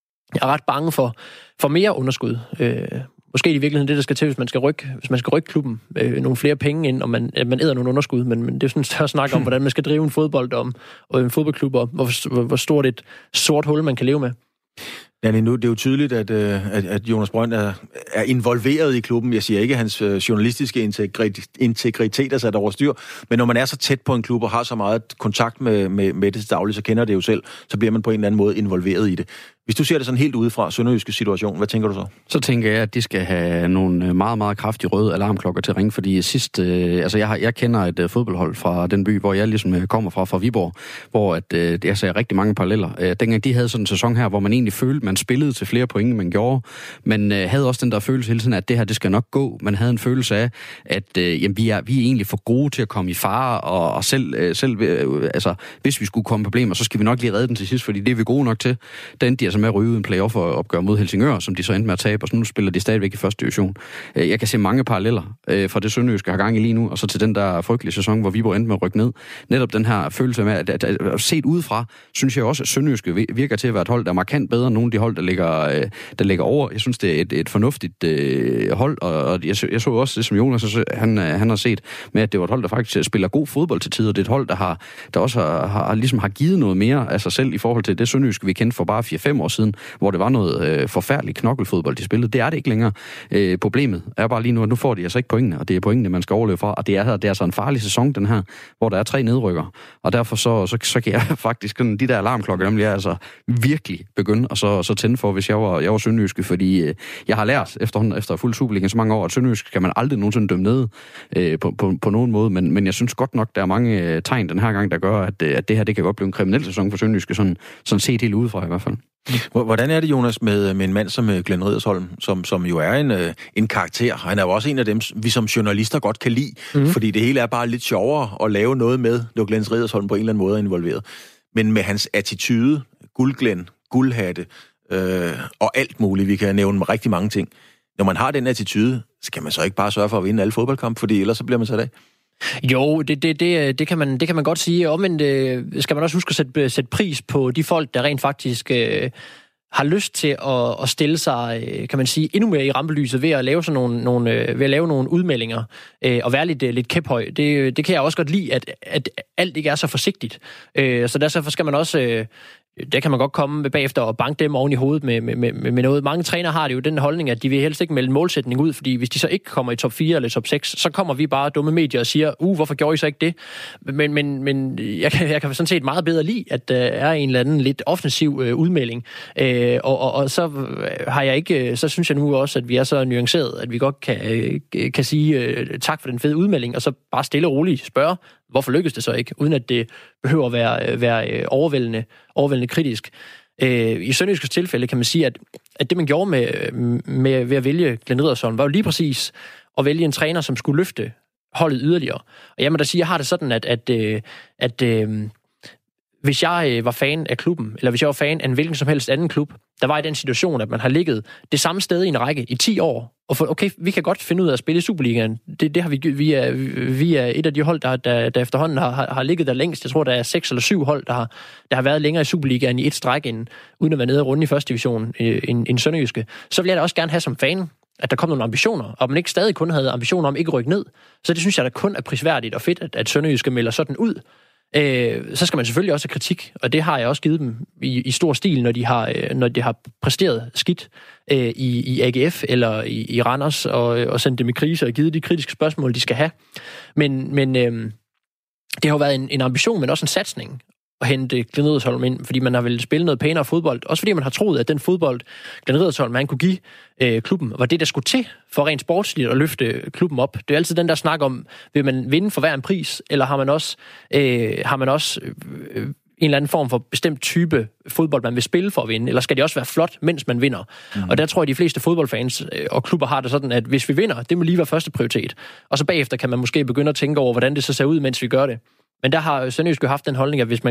ret bange for mere underskud. Måske i virkeligheden det, der skal til, hvis man skal rykke klubben nogle flere penge ind, og man æder nogle underskud, men det er sådan en større snak om, hvordan man skal drive en fodbold og en fodboldklub, og hvor stort et sort hul man kan leve med.
Janne, nu det er jo tydeligt, at Jonas Brønd er involveret i klubben. Jeg siger ikke, at hans journalistiske integritet er sat over styr, men når man er så tæt på en klub og har så meget kontakt med det til daglig, så kender det jo selv, så bliver man på en eller anden måde involveret i det. Hvis du ser det sådan helt udefra, sønderjyske situation, hvad tænker du så? Så
tænker jeg, at de skal have nogle meget, meget kraftige røde alarmklokker til at ringe, fordi sidst, jeg kender et fodboldhold fra den by, hvor jeg ligesom kommer fra Viborg, hvor jeg ser rigtig mange paralleller. Dengang de havde sådan en sæson her, hvor man egentlig følte, man spillede til flere point, man gjorde, men havde også den der følelse hele tiden, at det her, det skal nok gå. Man havde en følelse af, at vi er egentlig for gode til at komme i fare, og selv hvis vi skulle komme problemer, så skal vi nok lige redde den til sidst, fordi det er vi gode nok til. Den de med at ryge en playoff og opgør mod Helsingør, som de så endte med at tabe, og så nu spiller de stadigvæk i første division. Jeg kan se mange paralleller fra det Sønderjyske har gang i lige nu, og så til den der frygtelige sæson, hvor Viborg endte med at rykke ned. Netop den her følelse med, at set udefra, synes jeg også, at Sønderjyske virker til at være et hold, der er markant bedre end nogle af de hold, der ligger over. Jeg synes, det er et fornuftigt hold, og jeg så også det, som Jonas han har set, med at det var et hold, der faktisk spiller god fodbold til tider. Det er et hold, der også har givet noget mere af sig selv i forhold til det Sønderjyske, vi kendte for bare 4-5 år siden, hvor det var noget forfærdeligt knokkelfodbold, de spillede. Det er det ikke længere. Problemet er bare lige nu, at nu får de altså ikke pointene, og det er pointene, man skal overleve fra, og det er altså en farlig sæson, den her, hvor der er 3 nedrykker, og derfor så kan jeg faktisk, de der alarmklokker, dem vil jeg altså virkelig begynde at så tænde for, hvis jeg var sønderjyske, fordi jeg har lært efterhånden, efter fuld Superligaen så mange år, at sønderjyske kan man aldrig nogensinde dømme ned på nogen måde, men jeg synes godt nok, der er mange tegn den her gang, der gør, at det her, det kan godt blive en kriminel sæson for sønderjyske, sådan set helt udefra i hvert fald.
Hvordan er det, Jonas, med en mand som Glenn Riddersholm, som jo er en karakter? Han er jo også en af dem, vi som journalister godt kan lide, fordi det hele er bare lidt sjovere at lave noget med, når Glenn Riddersholm på en eller anden måde er involveret. Men med hans attitude, guldglæn, guldhatte og alt muligt, vi kan nævne rigtig mange ting. Når man har den attitude, så kan man så ikke bare sørge for at vinde alle fodboldkampe, fordi ellers så bliver man sat af.
Jo, det kan man godt sige. Omvendt skal man også huske at sætte pris på de folk, der rent faktisk har lyst til at stille sig, kan man sige, endnu mere i rampelyset ved at lave sådan nogle udmeldinger og være lidt kæphøj. Det kan jeg også godt lide, at alt ikke er så forsigtigt. Så derfor skal man også det kan man godt komme bagefter og banke dem oven i hovedet med noget. Mange trænere har det jo den holdning, at de vil helst ikke melde en målsætning ud, fordi hvis de så ikke kommer i top 4 eller top 6, så kommer vi bare dumme medier og siger, hvorfor gjorde I så ikke det? Men jeg kan sådan set meget bedre lide, at der er en eller anden lidt offensiv udmelding. Og så har jeg ikke, så synes jeg nu også, at vi er så nuanceret, at vi godt kan sige tak for den fede udmelding, og så bare stille og roligt spørge, hvorfor lykkes det så ikke, uden at det behøver at være overvældende kritisk. I Sønderjyskes tilfælde kan man sige, at det man gjorde med ved at vælge Glenn Riddersholm, var jo lige præcis at vælge en træner, som skulle løfte holdet yderligere. Og jeg må da sige, jeg har det sådan, at hvis jeg var fan af klubben, eller hvis jeg var fan af en hvilken som helst anden klub, der var i den situation, at man har ligget det samme sted i en række i 10 år, og for, okay, vi kan godt finde ud af at spille i Superligaen. Det har vi er et af de hold, der efterhånden har ligget der længst. Jeg tror, der er 6 eller 7 hold, der har været længere i Superligaen i et stræk, uden at være nede og runde i første division en Sønderjyske. Så vil jeg da også gerne have som fan, at der kom nogle ambitioner, og man ikke stadig kun havde ambitioner om ikke at rykke ned. Så det synes jeg da kun er prisværdigt og fedt, at Sønderjyske melder sådan ud. så skal man selvfølgelig også have kritik, og det har jeg også givet dem i stor stil, når de har præsteret skidt i AGF eller i Randers, og sendt dem i krise og givet de kritiske spørgsmål, de skal have. Men det har jo været en ambition, men også en satsning at hente Glenn Riddersholm ind, fordi man har vel spillet noget pænere fodbold. Også fordi man har troet, at den fodbold, Glenn Riddersholm, man kunne give klubben, var det, der skulle til for rent sportsligt at løfte klubben op. Det er altid den der snak om, vil man vinde for hver en pris, eller har man også en eller anden form for bestemt type fodbold, man vil spille for at vinde, eller skal det også være flot, mens man vinder? Og der tror jeg, de fleste fodboldfans og klubber har det sådan, at hvis vi vinder, det må lige være første prioritet. Og så bagefter kan man måske begynde at tænke over, hvordan det så ser ud, mens vi gør det. Men der har Sønderjyske haft den holdning, at hvis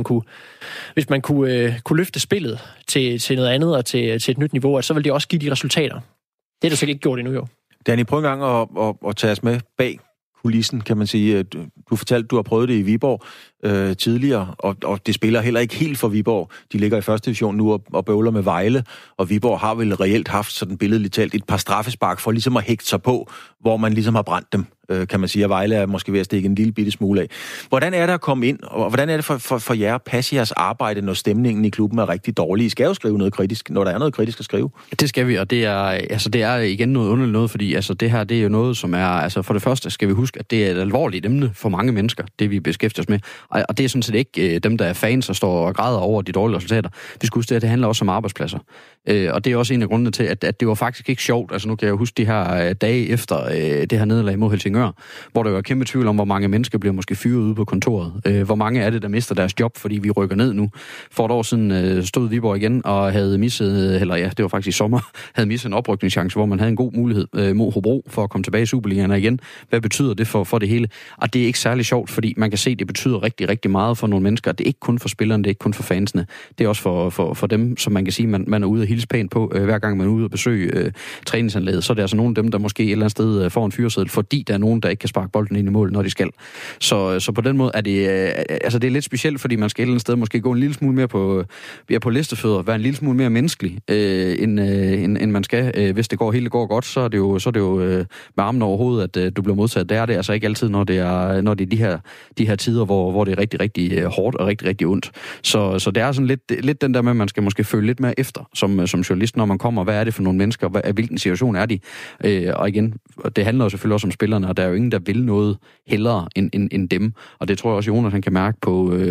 man kunne løfte spillet til noget andet og til et nyt niveau, at så vil det også give de resultater. Det er der sikkert ikke gjort endnu, jo.
Danny, prøv en gang at tage os med bag kulissen, kan man sige. Du fortalte, du har prøvet det i Viborg tidligere, og det spiller heller ikke helt for Viborg. De ligger i første division nu og bøvler med Vejle, og Viborg har vel reelt haft, sådan billedligt talt, et par straffespark for ligesom at hægte sig på, hvor man ligesom har brændt dem, kan man sige, at Vejle er måske ved at stikke en lille bitte smule af. Hvordan er det at komme ind, og hvordan er det for jer at passe jeres arbejde, når stemningen i klubben er rigtig dårlig? I skal jo skrive noget kritisk, når der er noget kritisk at skrive. Det
skal vi, og det er igen noget underligt noget, fordi det her, det er jo noget, som er, for det første skal vi huske, at det er et alvorligt emne for mange mennesker, det vi beskæftiger os med. Og det er sådan set ikke dem, der er fans og står og græder over de dårlige resultater. Vi skal huske, at det handler også om arbejdspladser. Og det er også en af grundene til, at det var faktisk ikke sjovt. Altså nu kan jeg huske de her dage efter det her nederlag mod Helsingør, hvor der var kæmpe tvivl om, hvor mange mennesker bliver måske fyret ude på kontoret. Hvor mange er det, der mister deres job, fordi vi rykker ned nu. For et år siden stod Viborg igen og havde misset, det var faktisk i sommer, havde misset en oprykningschance, hvor man havde en god mulighed mod Hobro for at komme tilbage i Superligaen igen. Hvad betyder det for det hele? Og det er ikke særlig sjovt, fordi man kan se, at det betyder rigtig, rigtig meget for nogle mennesker. Det er ikke kun for spillerne, det er ikke kun for fansene. Det er også for dem, som man kan sige, man er ude og hilse pænt på, hver gang man er ude og besøge træningsanlægget. Så er det altså nogle af dem, der måske et eller andet sted får en fyreseddel, fordi der er nogen, der ikke kan sparke bolden ind i mål, når de skal. Så på den måde er det, det er lidt specielt, fordi man skal et eller andet sted måske gå en lille smule mere på listefødder, være en lille smule mere menneskelig, end man skal. Hvis det går godt, så er det jo med armen over hovedet, at du bliver modsat. Det er det altså ikke altid, når det er de her tider, hvor det er rigtig, rigtig hårdt og rigtig, rigtig ondt. Så det er sådan lidt den der med, at man skal måske følge lidt mere efter som journalist, når man kommer. Hvad er det for nogle mennesker? Hvilken situation er de? Og igen, det handler jo selvfølgelig også om spillerne, og der er jo ingen, der vil noget hellere end dem. Og det tror jeg også, Jonas han kan mærke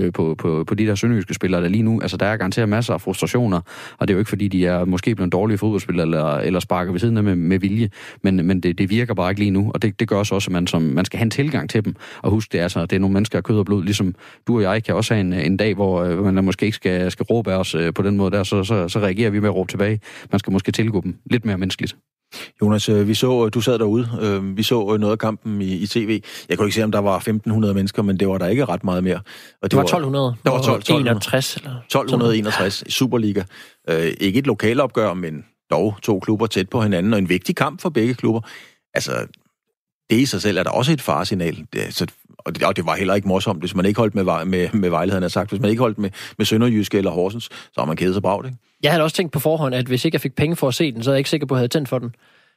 på de der sønderjyske spillere, der lige nu. Altså, der er garanteret masser af frustrationer, og det er jo ikke, fordi de er måske blevet dårlige fodboldspillere eller sparker ved siden af med vilje, men det virker bare ikke lige nu, og det gør også, at man skal have en tilgang til dem. Og husk, det er nogle mennesker af kød og blod, ligesom du og jeg kan også have en dag, hvor man måske ikke skal råbe af os på den måde der, så reagerer vi med at råbe tilbage. Man skal måske tilgå dem lidt mere menneskeligt.
Jonas, du sad derude, vi så noget af kampen i tv. Jeg kunne ikke se, om der var 1.500 mennesker, men det var der ikke ret meget mere. Og
det var 1200.
Der var 1261.
1261
i Superliga. Ikke et lokalopgør, men dog 2 klubber tæt på hinanden, og en vigtig kamp for begge klubber. Altså, det i sig selv er der også et faresignal. Og det var heller ikke morsomt, hvis man ikke holdt med Vejle, havde sagt. Hvis man ikke holdt med Sønderjyske eller Horsens, så har man kædet sig bragt, ikke? Jeg
havde også tænkt på forhånd, at hvis ikke jeg fik penge for at se den, så er jeg ikke sikker på, at jeg havde tændt for den.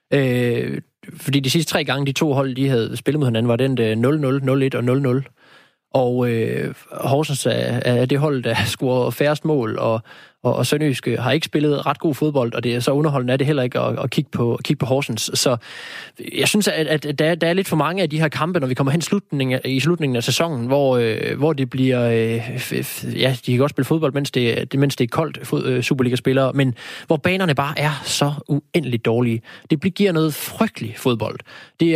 Fordi de sidste 3 gange, de 2 hold, de havde spillet mod hinanden, var den 0-0, 0-1 og 0-0. Og Horsens er det hold, der scorer færrest mål, og Sønderjyske har ikke spillet ret god fodbold, og det er så underholdende er det heller ikke at kigge på Horsens. Så jeg synes, at der er lidt for mange af de her kampe, når vi kommer hen i slutningen af sæsonen, hvor det bliver... de kan godt spille fodbold, mens det er koldt Superliga-spillere, men hvor banerne bare er så uendeligt dårlige. Det giver noget frygtelig fodbold. Det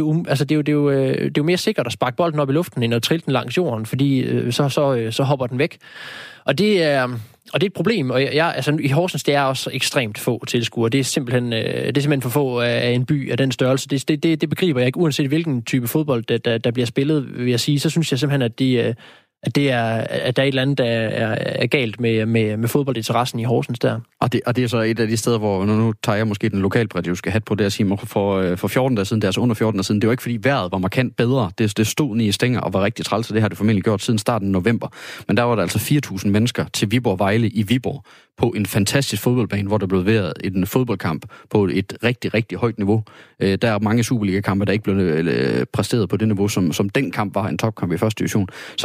er jo mere sikkert at sparke bolden op i luften, end at trille den langs jorden, fordi så hopper den væk. Og det er et problem, og i Horsens, det er også ekstremt få tilskuere. Det er simpelthen for få af en by af den størrelse. Det begriber jeg ikke, uanset hvilken type fodbold, der bliver spillet, vil jeg sige. Så synes jeg simpelthen, at der er et eller andet, der er galt med fodboldinteressen i Horsens der.
Og det er så et af de steder, hvor nu tager jeg måske den lokalpatriotiske hat på det at sige, for 14 dage siden, det er altså under 14 dage siden, det var ikke fordi vejret var markant bedre. Det stod ned i stænger og var rigtig træls, og det har det formentlig gjort siden starten af november. Men der var der altså 4.000 mennesker til Viborg Vejle i Viborg på en fantastisk fodboldbane, hvor der blev været en fodboldkamp på et rigtig, rigtig højt niveau. Der er mange Superliga-kampe, der ikke blev præsteret på det niveau, som den kamp var en topkamp i første division. Så det handler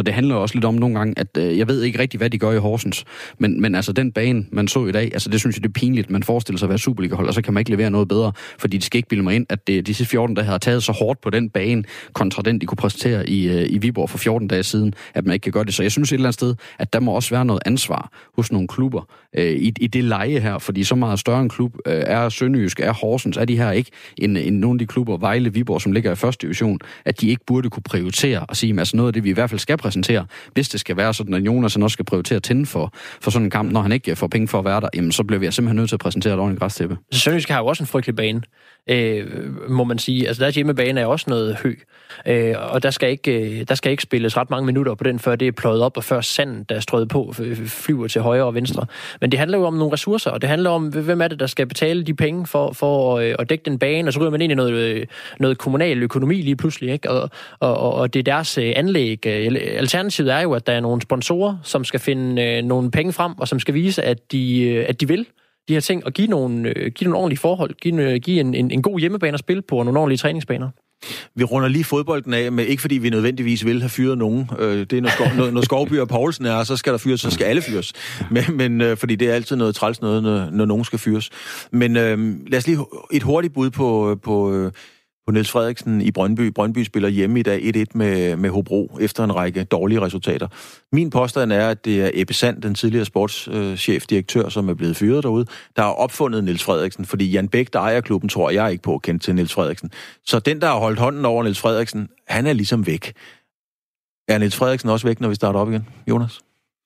også lidt om nogle gange, at jeg ved ikke rigtig, hvad de gør i Horsens, men altså den bane, man så i dag, altså det synes jeg, det er pinligt. Man forestiller sig at være Superliga-hold, og så kan man ikke levere noget bedre, fordi de skal ikke bilde mig ind, at de sidste 14 dage har taget så hårdt på den bane, kontra den, de kunne præsentere i Viborg for 14 dage siden, at man ikke kan gøre det. Så jeg synes et eller andet sted, at der må også være noget ansvar hos nogle klubber i det leje her, fordi så meget større en klub er Sønderjysk, er Horsens, er de her ikke end nogle af de klubber, Vejle, Viborg, som ligger i første division, at de ikke burde kunne prioritere og sige, altså noget af det, vi i hvert fald skal præsentere, hvis det skal være sådan, at Jonas også skal prioritere at tænde for sådan en kamp, når han ikke får penge for at være der, jamen så bliver vi simpelthen nødt til at præsentere et ordentligt græstæppe.
Sønderjysk har jo også en frygtelig bane, må man sige. Altså deres hjemmebane er også noget hø, og der skal ikke spilles ret mange minutter på den, før det er pløjet op, og før sandet, der er strøget på, flyver til højre og venstre. Men det handler jo om nogle ressourcer, og det handler om, hvem er det, der skal betale de penge for at dække den bane, og så ryger man ind i noget kommunal økonomi lige pludselig, ikke? Og det er deres anlæg. Alternativet er jo, at der er nogle sponsorer, som skal finde nogle penge frem, og som skal vise, at de vil de her ting, og give nogle ordentlige forhold, give en god hjemmebane at spille på, og nogle ordentlige træningsbaner.
Vi runder lige fodbolden af, men ikke fordi vi nødvendigvis vil have fyret nogen. Det er når Skovby og Poulsen er, så skal der fyres, så skal alle fyres. Men fordi det er altid noget træls noget, når nogen skal fyres. Men lad os lige et hurtigt bud på Niels Frederiksen i Brøndby. Brøndby spiller hjemme i dag 1-1 med Hobro efter en række dårlige resultater. Min påstand er, at det er Ebbe Sand, den tidligere sportschefdirektør, som er blevet fyret derude, der har opfundet Niels Frederiksen, fordi Jan Bæk, der ejer klubben, tror jeg ikke på kendt til Niels Frederiksen. Så den, der har holdt hånden over Niels Frederiksen, han er ligesom væk. Er Niels Frederiksen også væk, når vi starter op igen, Jonas?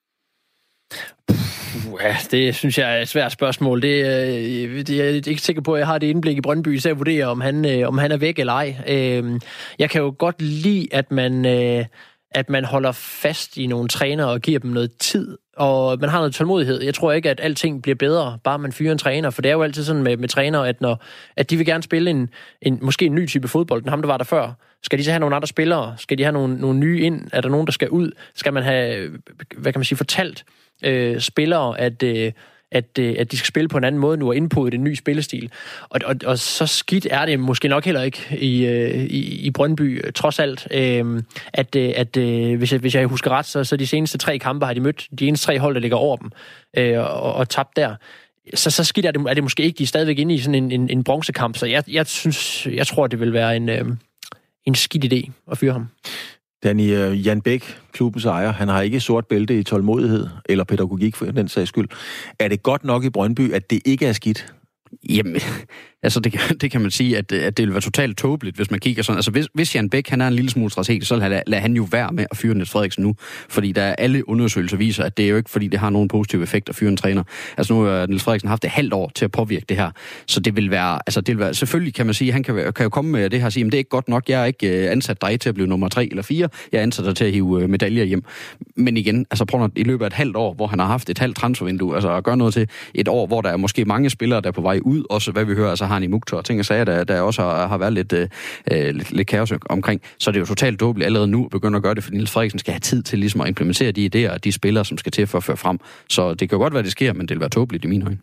Ja, det synes jeg er et svært spørgsmål. Det jeg er ikke sikker på, at jeg har det indblik i Brøndby, så jeg vurderer, om han er væk eller ej. Jeg kan jo godt lide, at man holder fast i nogle trænere og giver dem noget tid, og man har noget tålmodighed. Jeg tror ikke, at alting bliver bedre, bare man fyrer en træner, for det er jo altid sådan med trænere, at de vil gerne spille måske en ny type fodbold, end ham, der var der før. Skal de så have nogle andre spillere? Skal de have nogle nye ind? Er der nogen, der skal ud? Skal man have, hvad kan man sige, fortalt spillere, at de skal spille på en anden måde nu og indpodet en ny spillestil. Og så skidt er det måske nok heller ikke i Brøndby, trods alt, at hvis jeg husker ret, så de seneste 3 kampe har de mødt de eneste 3 hold, der ligger over dem, og tabt der. Så skidt er det måske ikke. De er stadigvæk inde i sådan en bronzekamp, så jeg tror, det vil være en skidt idé at fyre ham.
Danny, Jan Bæk, klubbens ejer, han har ikke sort bælte i tålmodighed eller pædagogik for den sags skyld. Er det godt nok i Brøndby, at det ikke er skidt?
Jamen, altså det kan man sige, at det vil være totalt tåbeligt, hvis man kigger sådan. Altså hvis Jan Bæk, han er en lille smule strategisk, så lader han jo være med at fyre Niels Frederiksen nu, fordi der er alle undersøgelser viser, at det er jo ikke, fordi det har nogen positiv effekt at fyre en træner. Altså nu har Niels Frederiksen haft et halvt år til at påvirke det her, så det vil være, selvfølgelig kan man sige, han kan jo komme med det her og sige, men det er ikke godt nok, jeg er ikke ansat dig til at blive nummer 3 eller 4, jeg er ansat dig til at hive medaljer hjem. Men igen, altså prøv at i løbet af et halvt år, hvor han har haft et halvt transfervindue, altså at gøre noget til et år, hvor der er måske mange spillere, der er på vej ud, også hvad vi hører, altså Harni Mukhtar og ting og sager, der også har været lidt kaos omkring, så det er jo totalt dåbeligt allerede nu at begynde at gøre det, for Niels Frederiksen skal have tid til ligesom at implementere de idéer og de spillere, som skal til for at føre frem. Så det kan godt være, det sker, men det vil være tåbeligt i mine øjne.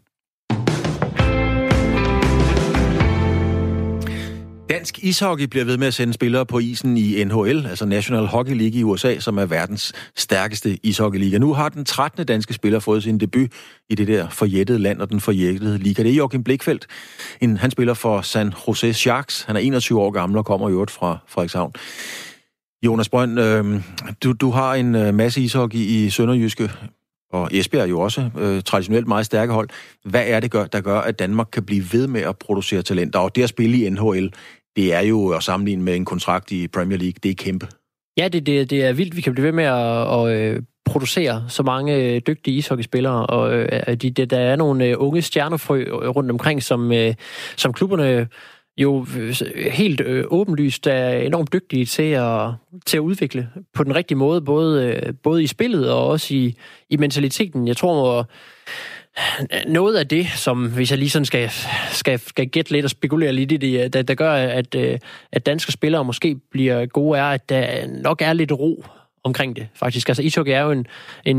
Dansk ishockey bliver ved med at sende spillere på isen i NHL, altså National Hockey League i USA, som er verdens stærkeste ishockeyliga. Nu har den 13. danske spiller fået sin debut i det der forjættede land og den forjættede liga. Det er Joachim Blichfeldt. Han spiller for San Jose Sharks. Han er 21 år gammel og kommer i øvrigt fra Frederikshavn. Jonas Brønd, du har en masse ishockey i Sønderjyske, og Esbjerg er jo også traditionelt meget stærke hold. Hvad er det, der gør, at Danmark kan blive ved med at producere talenter? Og det at spille i NHL, det er jo at sammenligne med en kontrakt i Premier League. Det er kæmpe. Ja,
det er vildt. Vi kan blive ved med at producere så mange dygtige ishockeyspillere, og der er nogle unge stjernefrø rundt omkring, som klubberne jo helt åbenlyst er enormt dygtige til at udvikle på den rigtige måde, både i spillet og også i mentaliteten. Jeg tror, noget af det, som hvis jeg lige sådan skal gætte lidt og spekulere lidt i det, der gør, at danske spillere måske bliver gode, er, at der nok er lidt ro omkring det, faktisk. Altså ishockey er jo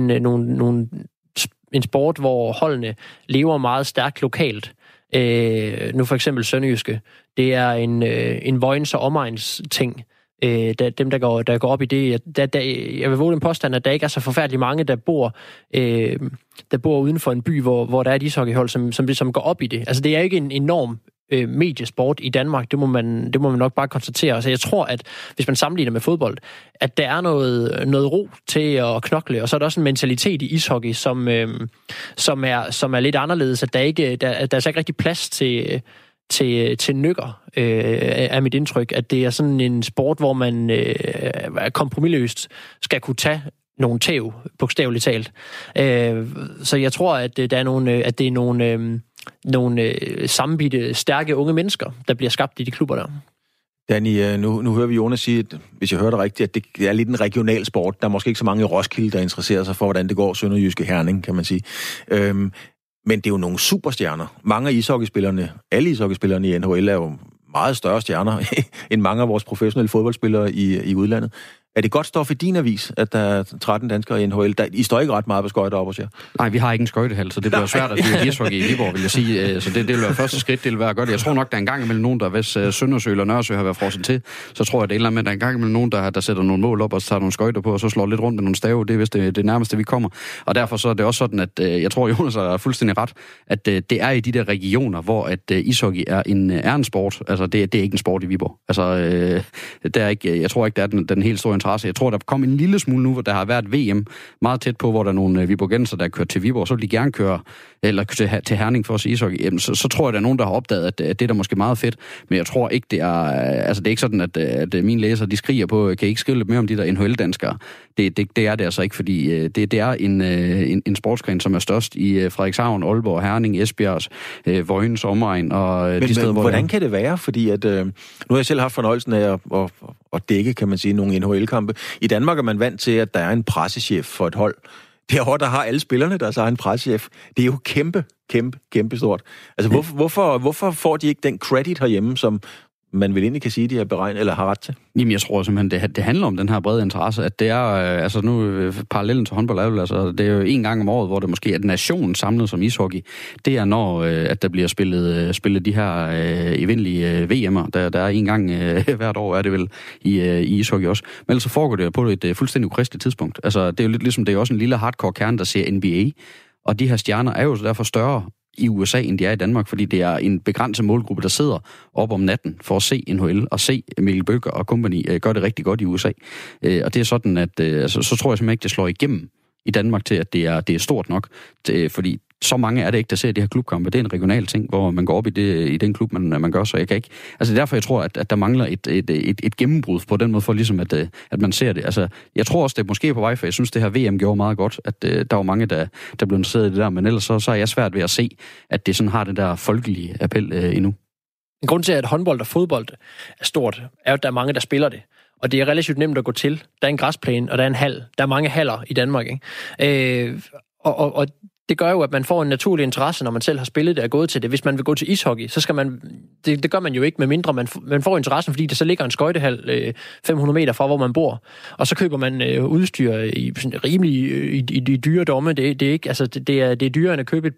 en sport, hvor holdene lever meget stærkt lokalt. Nu for eksempel Sønderjyske. Det er en Vojens og omegns ting. dem, der går op i det. Jeg vil våge en påstand, at der ikke er så forfærdeligt mange, der bor uden for en by, hvor der er et ishockeyhold, som går op i det. Altså, det er ikke en enorm mediesport i Danmark. Det må man nok bare konstatere. Altså, jeg tror, at hvis man sammenligner med fodbold, at der er noget ro til at knokle, og så er der også en mentalitet i ishockey, som er lidt anderledes, at der er så ikke rigtig plads til nykker, er mit indtryk, at det er sådan en sport, hvor man kompromisløst skal kunne tage nogle tæv, bogstaveligt talt. Så jeg tror, at det er nogle sammenbitte, stærke unge mennesker, der bliver skabt i de klubber der.
Danny, nu hører vi Jonas sige, at, hvis jeg hører det rigtigt, at det er lidt en regional sport. Der er måske ikke så mange i Roskilde, der interesserer sig for, hvordan det går Sønderjyske Herning, kan man sige. Men det er jo nogle superstjerner. Mange af ishockeyspillerne, alle ishockeyspillerne i NHL er jo meget større stjerner end mange af vores professionelle fodboldspillere i udlandet. Er det godt stof i din avis, at der er 13 danskere i NHL? I står ikke ret meget på skøjter op hos jer?
Nej, vi har ikke en skøjtehal, så det bliver svært at dyrke ishockey i Viborg, vil jeg sige. Så det vil være første skridt, det vil være godt. Jeg tror nok, der er en gang imellem nogen, der hvis Søndersø eller Nørresø har været frosset til, så tror jeg, det er eller andet, der er en gang imellem nogen, der sætter nogle mål op og tager nogle skøjter på, og så slår lidt rundt med nogle stave. Det er vist det nærmeste, vi kommer. Og derfor så er det også sådan, at jeg tror, Jonas har fuldstændig ret, at det er i de der regioner, hvor at ishockey er en sport. Altså, det er ikke en sport i Viborg. Altså, der er ikke, jeg tror ikke, der er den helt store interesse. Jeg tror, der kom en lille smule nu, hvor der har været VM meget tæt på, hvor der er nogle viborgenser, der kører til Viborg, så vil de gerne køre eller til Herning for at se ishockey. Jamen, så tror jeg, der er nogen, der har opdaget, at det er da måske meget fedt, men jeg tror ikke, det er ikke sådan, at mine læsere, de skriger på, kan I ikke skrive lidt mere om de der NHL-danskere? Det er det altså ikke, fordi det er en sportsgren, som er størst i Frederikshavn, Aalborg, Herning, Esbjerg, Vojens, omegn og de steder, hvor
hvordan kan det være? Fordi at, nu har jeg selv haft fornøjelsen af at dække, kan man sige, nogle NHL-kampe. I Danmark er man vant til, at der er en pressechef for et hold. Derovre, der har alle spillerne, der så er en pressechef. Det er jo kæmpe stort. Altså, hvorfor får de ikke den credit herhjemme, som man vel egentlig kan sige, de har beregnet eller har ret til?
Jamen, jeg tror simpelthen, det handler om den her brede interesse, at det er, altså nu, parallellen til håndbold er jo, altså, det er jo en gang om året, hvor det måske er nationen samlet som ishockey. Det er når, at der bliver spillet de her evindelige VM'er. Der er en gang hvert år, er det vel, i ishockey også. Men ellers så foregår det på et fuldstændig ukristeligt tidspunkt. Altså, det er jo lidt ligesom, det er også en lille hardcore kerne, der ser NBA. Og de her stjerner er jo derfor større i USA, end de er i Danmark, fordi det er en begrænset målgruppe, der sidder op om natten for at se NHL og se Mikkel Bøger og company gør det rigtig godt i USA. Og det er sådan, at så tror jeg simpelthen ikke, det slår igennem i Danmark til, at det er stort nok, fordi så mange er det ikke, der ser de her klubkampe. Det er en regional ting, hvor man går op i den klub, man gør, så jeg kan ikke. Altså det er derfor, jeg tror, at der mangler et gennembrud på den måde, for ligesom at man ser det. Altså, jeg tror også, det er måske på vej, for jeg synes, det her VM gjorde meget godt, at der var mange, der blev interesseret i det der, men ellers så er jeg svært ved at se, at det sådan har den der folkelige appel endnu.
En grund til, at håndbold og fodbold er stort, er at der er mange, der spiller det. Og det er relativt nemt at gå til. Der er en græsplæne, og der er en hal. Der er mange haller i Danmark, ikke? Og det gør jo, at man får en naturlig interesse, når man selv har spillet det og gået til det. Hvis man vil gå til ishockey, så skal man... Det gør man jo ikke, medmindre man får interessen, fordi der så ligger en skøjtehal 500 meter fra, hvor man bor. Og så køber man udstyr i rimelig dyre domme. Det er ikke, altså det er dyrere end at købe et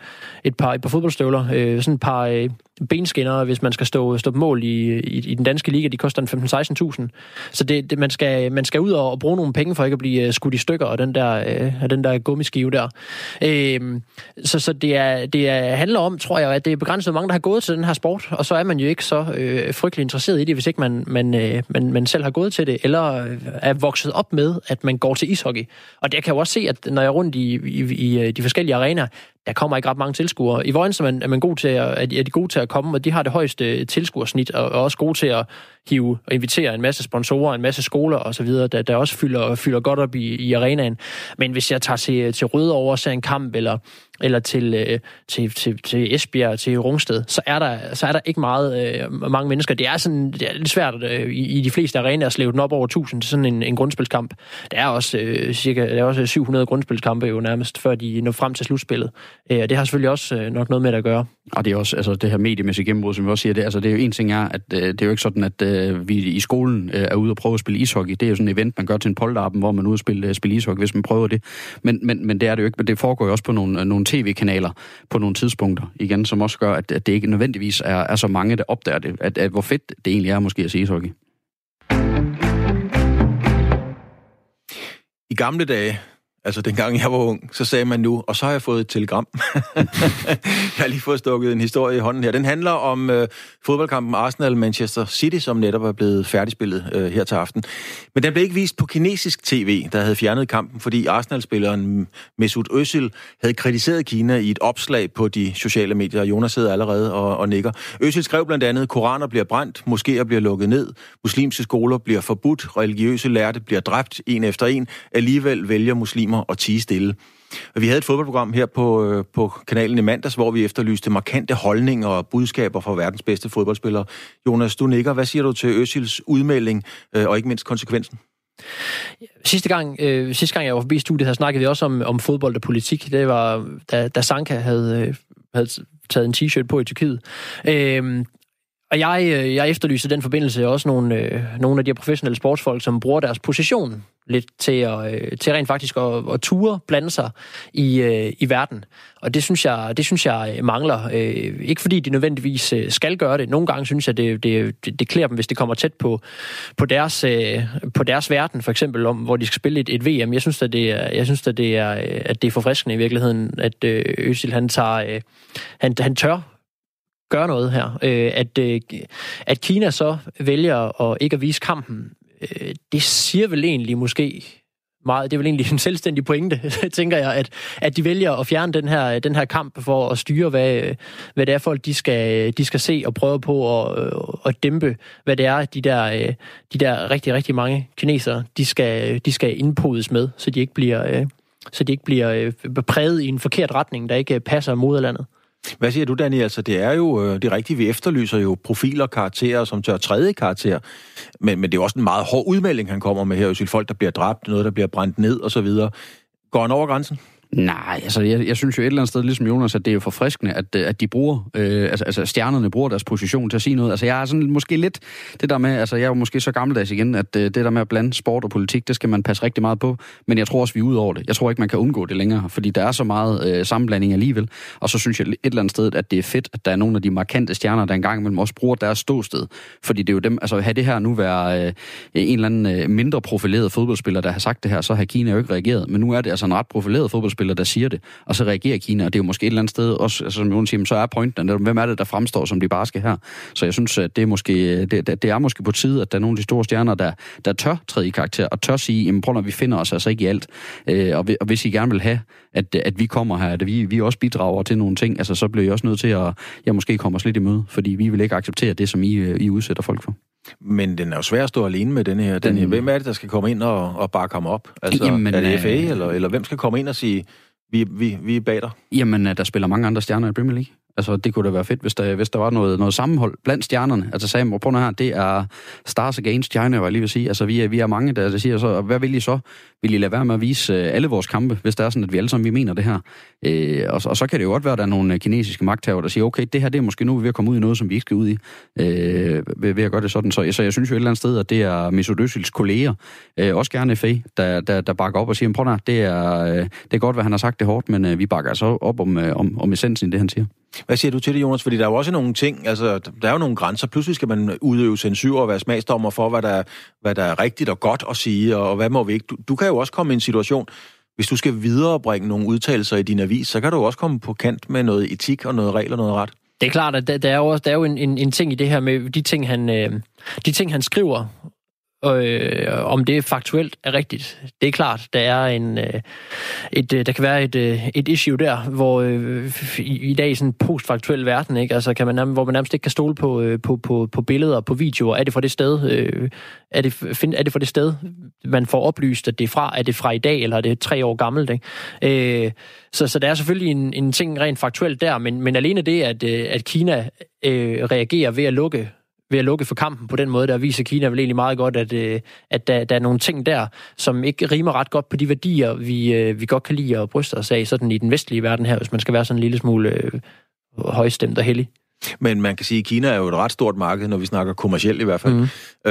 par fodboldstøvler. Sådan et par benskinner, hvis man skal stå på mål i den danske liga. De koster en 15-16.000. Så man skal ud og bruge nogle penge for ikke at blive skudt i stykker af den der gummiskive der. Så det handler om, tror jeg, at det er begrænset mange, der har gået til den her sport, og så er man jo ikke så frygtelig interesseret i det, hvis ikke man selv har gået til det, eller er vokset op med, at man går til ishockey. Og det kan jeg jo også se, at når jeg er rundt i de forskellige arenaer, der kommer ikke ret mange tilskuere. I Vojens er de gode til at komme, og de har det højeste tilskuersnit, og også gode til at hive og invitere en masse sponsorer, en masse skoler og så videre, der også fylder godt op i arenaen. Men hvis jeg tager til Rødovre og ser en kamp, eller til Esbjerg, til Rungsted, så er der ikke mange mennesker. Det er lidt svært i de fleste arenaer at slæve den op over 1000 til sådan en grundspilskamp. Der er også 700 grundspilskampe jo nærmest, før de når frem til slutspillet. Og det har selvfølgelig også nok noget med det at gøre. Og
det er også, altså det her mediemæssige gennembrud, som vi også siger, det er jo en ting at det er jo ikke sådan, at vi i skolen er ude og prøve at spille ishockey. Det er jo sådan et event, man gør til en polterappen, hvor man er ude og spille ishockey, hvis man prøver det. Men det er det jo ikke, men det foregår jo også på nogle tv-kanaler på nogle tidspunkter, igen, som også gør, at det ikke nødvendigvis er så mange, der opdager det, at hvor fedt det egentlig er måske at se ishockey.
I gamle dage, altså dengang jeg var ung, så sagde man nu, og så har jeg fået et telegram. Jeg har lige fået stukket en historie i hånden her. Den handler om fodboldkampen Arsenal-Manchester City, som netop er blevet færdigspillet her til aften. Men den blev ikke vist på kinesisk tv, der havde fjernet kampen, fordi Arsenal-spilleren Mesut Özil havde kritiseret Kina i et opslag på de sociale medier. Jonas sidder allerede og nikker. Özil skrev blandt andet, koraner bliver brændt, moskéer bliver lukket ned, muslimske skoler bliver forbudt, religiøse lærte bliver dræbt en efter en, alligevel vælger muslimer og tie stille. Vi havde et fodboldprogram her på kanalen i mandags, hvor vi efterlyste markante holdninger og budskaber fra verdens bedste fodboldspillere. Jonas, du nikker. Hvad siger du til Özils udmelding og ikke mindst konsekvensen?
Sidste gang jeg var forbi studiet, her snakkede vi også om fodbold og politik. Det var, da Sanka havde taget en t-shirt på i Tyrkiet. Og jeg efterlyser den forbindelse også nogle af de her professionelle sportsfolk, som bruger deres position lidt til rent faktisk at ture blande sig i verden. Og det synes jeg mangler. Ikke fordi de nødvendigvis skal gøre det. Nogle gange synes jeg, det klæder dem, hvis det kommer tæt på deres verden, for eksempel om, hvor de skal spille et VM. Jeg synes, at det er forfriskende i virkeligheden, at Özil han tør gøre noget her. At Kina så vælger at ikke at vise kampen, det siger vel egentlig måske meget. Det er vel egentlig en selvstændig pointe, tænker jeg, at de vælger at fjerne den her kamp for at styre, hvad det er folk, de skal se og prøve på at dæmpe, hvad det er, de der rigtig, rigtig mange kinesere, de skal indpodes med, så de ikke bliver præget i en forkert retning, der ikke passer moderlandet.
Hvad siger du, Danny? Altså, det er jo det rigtige. Vi efterlyser jo profiler og karakterer, som tør tredje karakter. Men det er jo også en meget hård udmelding, han kommer med her. Jo, folk, der bliver dræbt, noget, der bliver brændt ned osv. Går han over grænsen?
Nej, altså jeg synes jo et eller andet sted, ligesom Jonas, at det er jo forfriskende, at de bruger, altså stjernerne bruger deres position til at sige noget. Altså jeg er sådan måske lidt det der med, altså jeg er jo måske så gammeldags igen, at det der med at blande sport og politik, det skal man passe rigtig meget på, men jeg tror også, vi er ude over det. Jeg tror ikke, man kan undgå det længere, fordi der er så meget sammenblanding alligevel, og så synes jeg et eller andet sted, at det er fedt, at der er nogle af de markante stjerner, der engang imellem også bruger deres ståsted, fordi det er jo dem, altså have det her nu være en eller anden mindre profileret fodboldspiller, der har sagt det her, så har Kina jo ikke reageret, men nu er det altså en ret profileret fodboldspiller, der siger det, og så reagerer Kina, og det er jo måske et eller andet sted også, altså, som Jonas siger, så er pointen, hvem er det, der fremstår som de barske her? Så jeg synes, at det er måske på tide, at der er nogle af de store stjerner, der tør træde i karakter, og tør sige, jamen prøv at vi finder os altså ikke i alt, og hvis I gerne vil have, at vi kommer her, at vi også bidrager til nogle ting, altså så bliver I også nødt til at, jeg måske kommer os lidt i møde, fordi vi vil ikke acceptere det, som I udsætter folk for. Men
den er jo svær at stå alene med den her. Hvem er det, der skal komme ind og bakke ham op? Altså, jamen, er det FA, eller hvem skal komme ind og sige, vi er bag dig?
Jamen, der spiller mange andre stjerner i Premier League. Altså, det kunne da være fedt, hvis der var noget sammenhold blandt stjernerne. Altså, sagde jeg, prøv her, det er stars against China, var jeg lige vil sige. Altså, vi er mange, der siger så, hvad vil I så? Vil I lade være med at vise alle vores kampe, hvis det er sådan, at vi alle sammen vi mener det her? Og så kan det jo godt være, at der er nogle kinesiske magthavere, der siger, okay, det her det er måske nu, vi er ved at komme ud i noget, som vi ikke skal ud i, ved at gøre det sådan. Så jeg synes jo et eller andet sted, at det er Mesut Özils kolleger, også gerne FA, der bakker op og siger, prøv her, det er godt, hvad han har sagt, det hårdt, men vi bakker altså op om essensen i det, han siger.
Hvad siger du til det, Jonas? Fordi der er jo også nogle ting, altså der er jo nogle grænser. Pludselig skal man udøve censur og være smagsdommer for, hvad der er rigtigt og godt at sige, og hvad må vi ikke. Du kan jo også komme i en situation, hvis du skal viderebringe nogle udtalelser i din avis, så kan du også komme på kant med noget etik og noget regel og noget ret.
Det er klart, at der er jo en ting i det her med de ting, han skriver, om det faktuelt er rigtigt. Det er klart, der er der kan være et issue der, hvor i dag i sådan en postfaktuel verden, ikke? Altså hvor man nærmest ikke kan stole på billeder og på videoer. Er det fra det sted? Er det fra det sted, man får oplyst, at det er fra? Er det fra i dag, eller er det 3 år gammelt? Ikke? Så der er selvfølgelig en ting rent faktuelt der, men alene det, at Kina reagerer ved at lukke for kampen på den måde, der viser Kina vel egentlig meget godt, at der er nogle ting der, som ikke rimer ret godt på de værdier, vi godt kan lide at bryste os af, sådan i den vestlige verden her, hvis man skal være sådan en lille smule højstemt og hellig.
Men man kan sige, at Kina er jo et ret stort marked, når vi snakker kommercielt i hvert fald.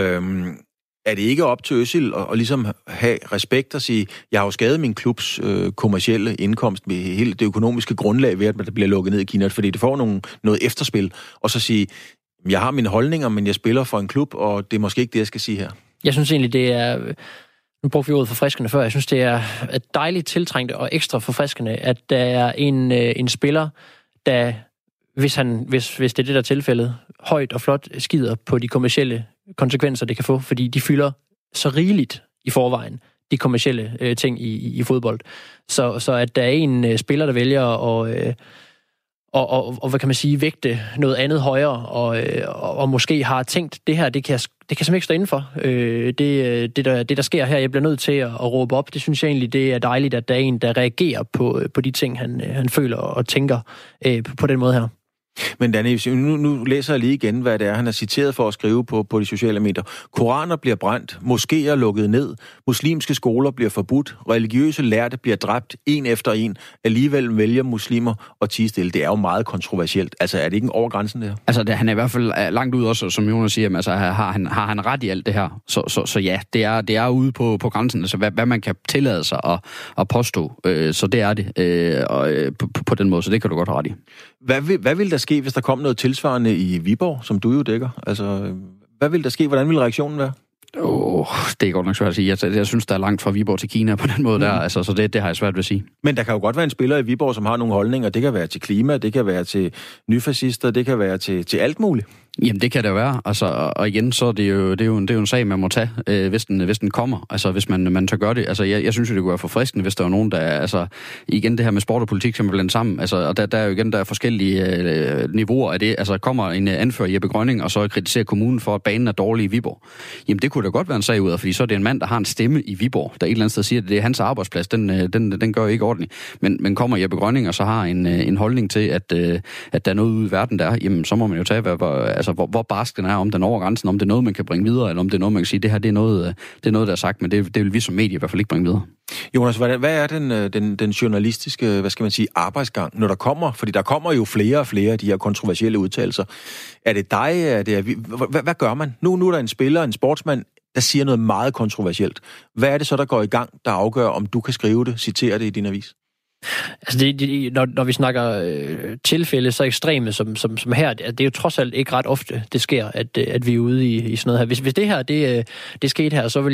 Er det ikke op til Özil at ligesom have respekt og sige, jeg har jo skadet min klubs kommercielle indkomst med hele det økonomiske grundlag ved, at der bliver lukket ned i Kina, fordi det får noget efterspil, og så sige, jeg har mine holdninger, men jeg spiller for en klub, og det er måske ikke det, jeg skal sige her.
Jeg synes egentlig, det er Nu brugte vi ordet forfriskende før. Jeg synes, det er dejligt tiltrængt og ekstra forfriskende, at der er en spiller, der, hvis det er det, der er tilfældet, højt og flot skider på de kommercielle konsekvenser, det kan få, fordi de fylder så rigeligt i forvejen, de kommercielle ting i fodbold. Så at der er en spiller, der vælger og hvad kan man sige, vægte noget andet højere, og måske har tænkt, det her, det kan simpelthen ikke stå indenfor. Det der sker her, jeg bliver nødt til at råbe op. Det synes jeg egentlig, det er dejligt, at der er en, der reagerer på de ting, han føler og tænker på den måde her.
Men Danny, nu læser jeg lige igen, hvad det er, han er citeret for at skrive på de sociale medier. Koraner bliver brændt, moskéer lukket ned, muslimske skoler bliver forbudt, religiøse lærte bliver dræbt en efter en, alligevel vælger muslimer at tie stille. Det er jo meget kontroversielt. Altså, er det ikke over grænsen der?
Altså, han er i hvert fald langt ud også, som Jonas siger, altså, har han ret i alt det her? Så ja, det er ude på grænsen, altså hvad man kan tillade sig at påstå. Så det er det på den måde, så det kan du godt have ret i.
Hvad vil der ske, hvis der kom noget tilsvarende i Viborg, som du jo dækker? Altså, hvad vil der ske? Hvordan vil reaktionen være?
Det er godt nok svært at sige. Jeg synes, der er langt fra Viborg til Kina på den måde der, altså, så det har jeg svært ved at sige.
Men der kan jo godt være en spiller i Viborg, som har nogle holdninger. Det kan være til klima, det kan være til nyfascister, det kan være til alt muligt.
Jamen, det kan det jo være. Altså, og igen, så er det jo en sag, man må tage, hvis den kommer. Altså, hvis man tør gøre det. Altså, jeg synes jo, det kunne være forfriskende, hvis der var nogen, der... Altså, igen, det her med sport og politik, som er blandt sammen. Altså, og der er jo igen, der er forskellige niveauer af det. Altså, kommer en anfører Jeppe Grønning, og så kritiserer kommunen for, at banen er dårlig i Viborg. Jamen, det kunne da godt være en sag ud af, fordi så er det en mand, der har en stemme i Viborg, der et eller andet sted siger, at det er hans arbejdsplads. Den gør jo ikke ordentligt. Men kommer Jeppe Grønning, og så har en holdning til, at der er noget ude i verden der, jamen, så må man jo tage, hvor barsk den er, om den over grænsen, om det er noget, man kan bringe videre, eller om det er noget, man kan sige, det her, det er noget, der er sagt, men det vil vi som medie i hvert fald ikke bringe videre.
Jonas, hvad er den journalistiske, hvad skal man sige, arbejdsgang, når der kommer, fordi der kommer jo flere og flere af de her kontroversielle udtalelser. Er det dig? Hvad gør man? Nu er der en spiller, en sportsmand, der siger noget meget kontroversielt. Hvad er det så, der går i gang, der afgør, om du kan skrive det, citere det i din avis?
Altså når vi snakker tilfælde så ekstreme som her, det er jo trods alt ikke ret ofte, det sker, at vi er ude i sådan noget her. Hvis det her, det skete her, så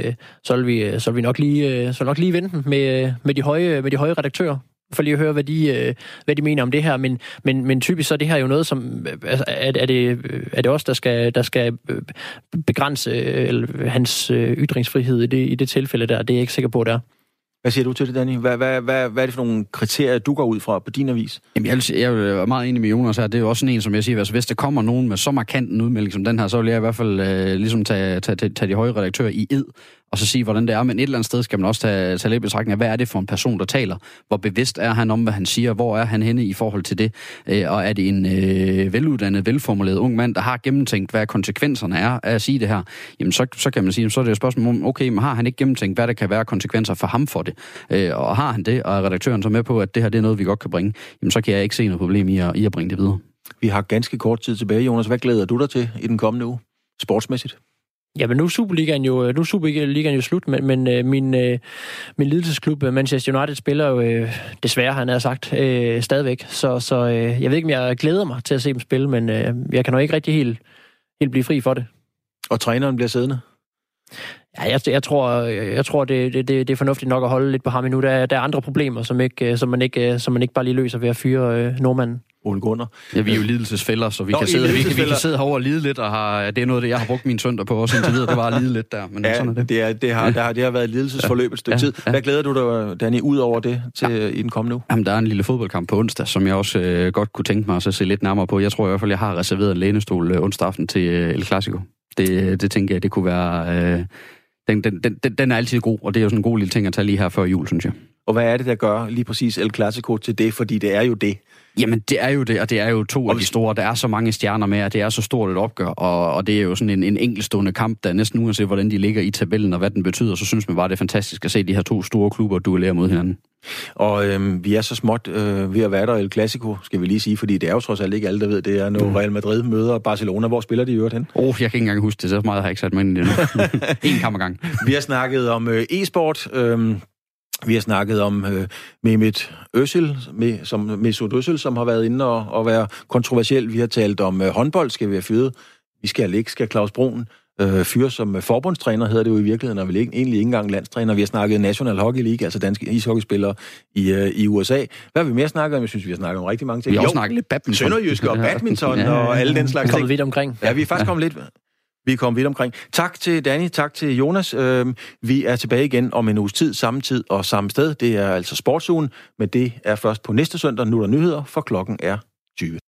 vil vi nok lige vente med de høje redaktører, for lige at høre, hvad de mener om det her. Men typisk så er det her jo noget, som... Altså, er det os, der skal begrænse hans ytringsfrihed i det tilfælde der? Det er jeg ikke sikker på, det er.
Hvad siger du til det, Danny? Hvad er det for nogle kriterier, du går ud fra på din avis?
Jamen, jeg er meget enig med Jonas her. Det er jo også sådan en, som jeg siger, altså, hvis der kommer nogen med så markant en udmelding som den her, så vil jeg i hvert fald ligesom tage de høje redaktører i ed, og så sige, hvordan det er. Men et eller andet sted skal man også tage lidt betragtning af, hvad er det for en person, der taler? Hvor bevidst er han om, hvad han siger? Hvor er han henne i forhold til det? Og er det en veluddannet, velformuleret ung mand, der har gennemtænkt, hvad konsekvenserne er af at sige det her? Jamen, så kan man sige, så er det et spørgsmål om, okay, men har han ikke gennemtænkt, hvad der kan være konsekvenser for ham for det? Og har han det, og er redaktøren så med på, at det her det er noget, vi godt kan bringe? Jamen, så kan jeg ikke se noget problem i at bringe det videre.
Vi har ganske kort tid tilbage, Jonas. Hvad glæder du dig til i den kommende uge, sportsmæssigt?
Ja, men nu er Superligaen jo slut, men min lidelsesklub Manchester United spiller jo desværre, han har sagt, stadigvæk. Så jeg ved ikke, om jeg glæder mig til at se dem spille, men jeg kan nok ikke rigtig helt blive fri for det. Og
træneren bliver siddende?
Ja, jeg tror det er fornuftigt nok at holde lidt på ham endnu. Der er andre problemer, som man ikke bare lige løser ved at fyre nordmanden.
Ole Gunnar.
Ja, vi er jo lidelsesfælder, så vi kan sidde herovre og lide lidt, og det er noget af det, jeg har brugt min søndag på også indtil videre. Det var at lide lidt der, men
ja,
sådan er det.
Det har været et lidelsesforløb et stykke tid. Hvad glæder du dig, Danny, ud over det i den kommende uge?
Jamen, der er en lille fodboldkamp på onsdag, som jeg også godt kunne tænke mig at se lidt nærmere på. Jeg tror i hvert fald, jeg har reserveret en lænestol onsdag aften til El Clasico. Det tænker jeg, det kunne være... Den er altid god, og det er jo sådan en god lille ting at tage lige her før jul, synes jeg.
Og hvad er det, der gør lige præcis El Clasico til det? Fordi det er jo det.
Jamen, det er jo det, og det er jo to af de store. Der er så mange stjerner med, og det er så stort et opgør, og det er jo sådan en enkeltstående kamp, der næsten uanset, hvordan de ligger i tabellen og hvad den betyder, så synes man bare, det er fantastisk at se de her to store klubber duellere mod hinanden.
Og vi er så småt ved at være der i El Clasico, skal vi lige sige, fordi det er jo trods alt ikke alle, der ved, det er, når Real Madrid møder Barcelona. Hvor spiller de i øvrigt hen?
Jeg kan ikke engang huske det, så meget har jeg ikke sat mig ind i det nu. En kamp ad gang.
Vi har snakket om e-sport. Vi har snakket om Mesut Özil, som har været inde og være kontroversiel. Vi har talt om håndbold, skal vi have fyret. Vi skal ikke, skal Claus Brun fyre som forbundstræner, hedder det jo i virkeligheden, og vel egentlig ikke engang landstræner. Vi har snakket National Hockey League, altså danske ishockeyspillere i USA. Hvad har vi mere snakket om? Jeg synes, vi har snakket om rigtig mange ting.
Vi har også snakket lidt badminton.
Sønderjyske og badminton og alle den slags ting.
Vi er kommet vidt omkring.
Ja, vi er faktisk kommet vidt omkring. Tak til Danny, tak til Jonas. Vi er tilbage igen om en uges tid, samme tid og samme sted. Det er altså Sportsugen, men det er først på næste søndag. Nu er der nyheder, for klokken er 20.